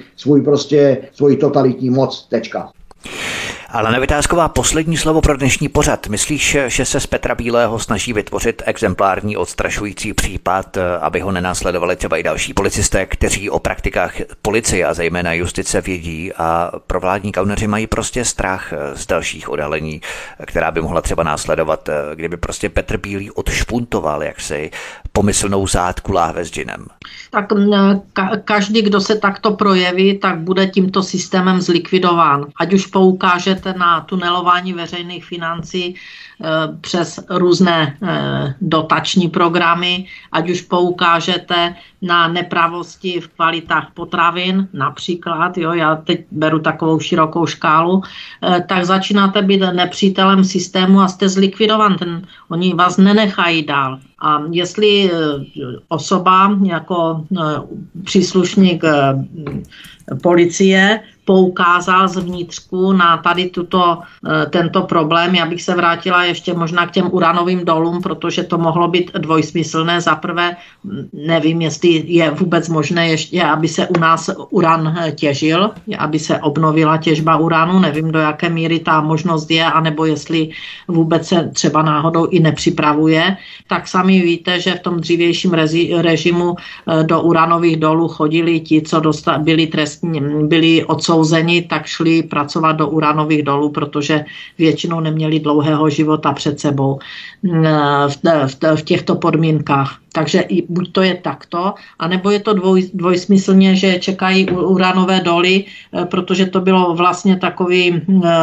svůj totalitní moc. Tečka. Alena Vitásková, poslední slovo pro dnešní pořad. Myslíš, že se z Petra Bílého snaží vytvořit exemplární odstrašující případ, aby ho nenásledovali třeba i další policisté, kteří o praktikách policie a zejména justice vědí a provládní kauneři mají prostě strach z dalších odhalení, která by mohla třeba následovat, kdyby prostě Petr Bílý odšpuntoval jaksi pomyslnou zátku láhve s džinem? Tak každý, kdo se takto projeví, tak bude tímto systémem zlikvidován. Ať už poukážete na tunelování veřejných financí přes různé dotační programy, ať už poukážete na nepravosti v kvalitách potravin, například, já teď beru takovou širokou škálu, tak začínáte být nepřítelem systému a jste zlikvidovan. Oni vás nenechají dál. A jestli osoba jako příslušník policie poukázal zvnitřku na tady tento problém. Já bych se vrátila ještě možná k těm uranovým dolům, protože to mohlo být dvojsmyslné. Za prvé, nevím, jestli je vůbec možné ještě, aby se u nás uran těžil, aby se obnovila těžba uranu. Nevím, do jaké míry ta možnost je, anebo jestli vůbec se třeba náhodou i nepřipravuje. Tak sami víte, že v tom dřívějším režimu do uranových dolů chodili ti, co byli odsouzeni, tak šli pracovat do uranových dolů, protože většinou neměli dlouhého života před sebou v těchto podmínkách. Takže buď to je takto, anebo je to dvojsmyslně, že čekají uranové doly, protože to bylo vlastně takový,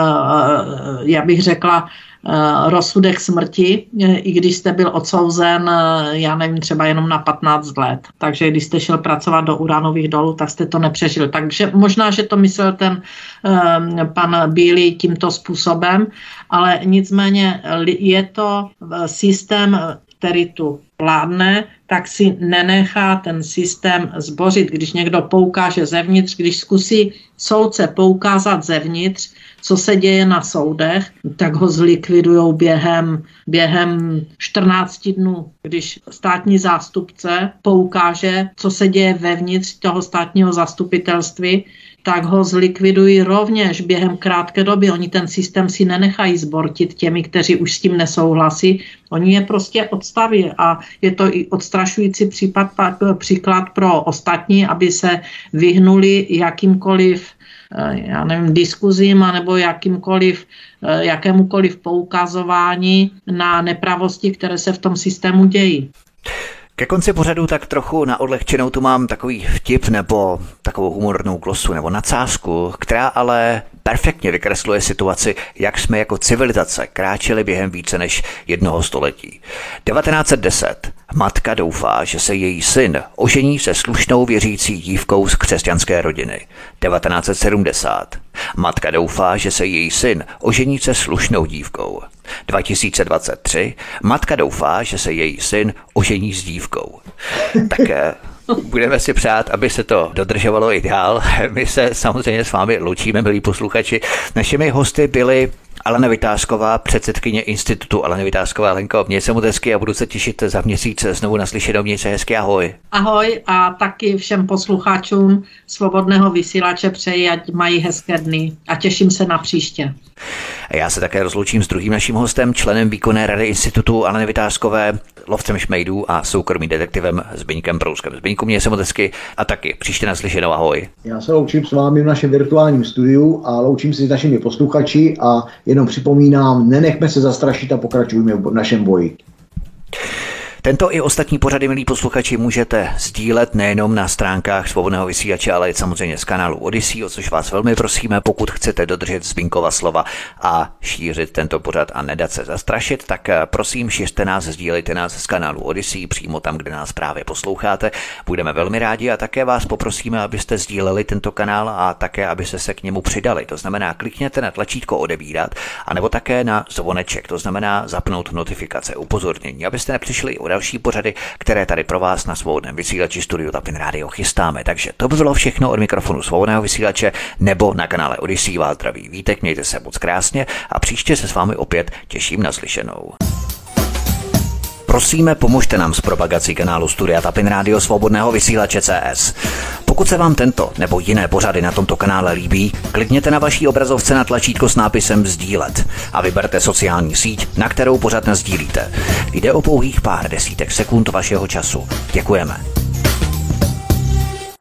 já bych řekla, rozsudek smrti, i když jste byl odsouzen, já nevím, třeba jenom na 15 let. Takže když jste šel pracovat do uranových dolů, tak jste to nepřežil. Takže možná, že to myslel ten pan Bílý tímto způsobem, ale nicméně je to systém, který tu vládne, tak si nenechá ten systém zbořit. Když někdo poukáže zevnitř, když zkusí soudce poukázat zevnitř, co se děje na soudech, tak ho zlikvidujou během 14 dnů. Když státní zástupce poukáže, co se děje vevnitř toho státního zastupitelství, tak ho zlikvidují rovněž během krátké doby. Oni ten systém si nenechají zbortit těmi, kteří už s tím nesouhlasí. Oni je prostě odstaví a je to i odstrašující příklad pro ostatní, aby se vyhnuli jakýmkoliv diskuzím anebo jakémukoliv poukazování na nepravosti, které se v tom systému dějí. Ke konci pořadu tak trochu na odlehčenou tu mám takový vtip nebo takovou humornou glosu nebo nadsázku, která ale perfektně vykresluje situaci, jak jsme jako civilizace kráčeli během více než 1 století. 1910. Matka doufá, že se její syn ožení se slušnou věřící dívkou z křesťanské rodiny. 1970. Matka doufá, že se její syn ožení se slušnou dívkou. 2023. Matka doufá, že se její syn ožení s dívkou. Také budeme si přát, aby se to dodržovalo i dál. My se samozřejmě s vámi loučíme, milí posluchači. Našimi hosty byli Alena Vitásková, předsedkyně institutu. Alena Vitásková, Alenko, měj se moc hezky a budu se těšit za měsíc znovu naslyšenou. Měj se hezky, ahoj. Ahoj a taky všem posluchačům Svobodného vysílače přeji, ať mají hezké dny a těším se na příště. A já se také rozloučím s druhým naším hostem, členem výkonné rady institutu Aleny Vitáskové, lovcem šmejdů a soukromým detektivem Zbyňkem Prouskem. Zbyňku, měj se moc hezky a taky příště naslyšenou, ahoj. Já se loučím s vámi v našem virtuálním studiu a loučím si s našimi posluchači a jenom připomínám, nenechme se zastrašit a pokračujeme v našem boji. Tento i ostatní pořady, milí posluchači, můžete sdílet nejenom na stránkách Svobodného vysílače, ale i samozřejmě z kanálu Odyssey, o což vás velmi prosíme. Pokud chcete dodržet Zbyňkova slova a šířit tento pořad a nedat se zastrašit, tak prosím, šiřte nás, sdílejte nás z kanálu Odyssey přímo tam, kde nás právě posloucháte. Budeme velmi rádi a také vás poprosíme, abyste sdíleli tento kanál a také, abyste se k němu přidali. To znamená, klikněte na tlačítko odebírat, anebo také na zvoneček, to znamená zapnout notifikace, upozornění, abyste nepřišli o další pořady, které tady pro vás na Svobodném vysílači Studiu Tapin Radio chystáme. Takže to by bylo všechno od mikrofonu Svobodného vysílače nebo na kanále Odyssey. Vás zdraví Vítek, mějte se moc krásně a příště se s vámi opět těším na slyšenou. Prosíme, pomožte nám s propagací kanálu Studia Tapin Radio Svobodného vysílače CS. Pokud se vám tento nebo jiné pořady na tomto kanále líbí, klikněte na vaší obrazovce na tlačítko s nápisem sdílet a vyberte sociální síť, na kterou pořad nasdílíte. Jde o pouhých pár desítek sekund vašeho času. Děkujeme.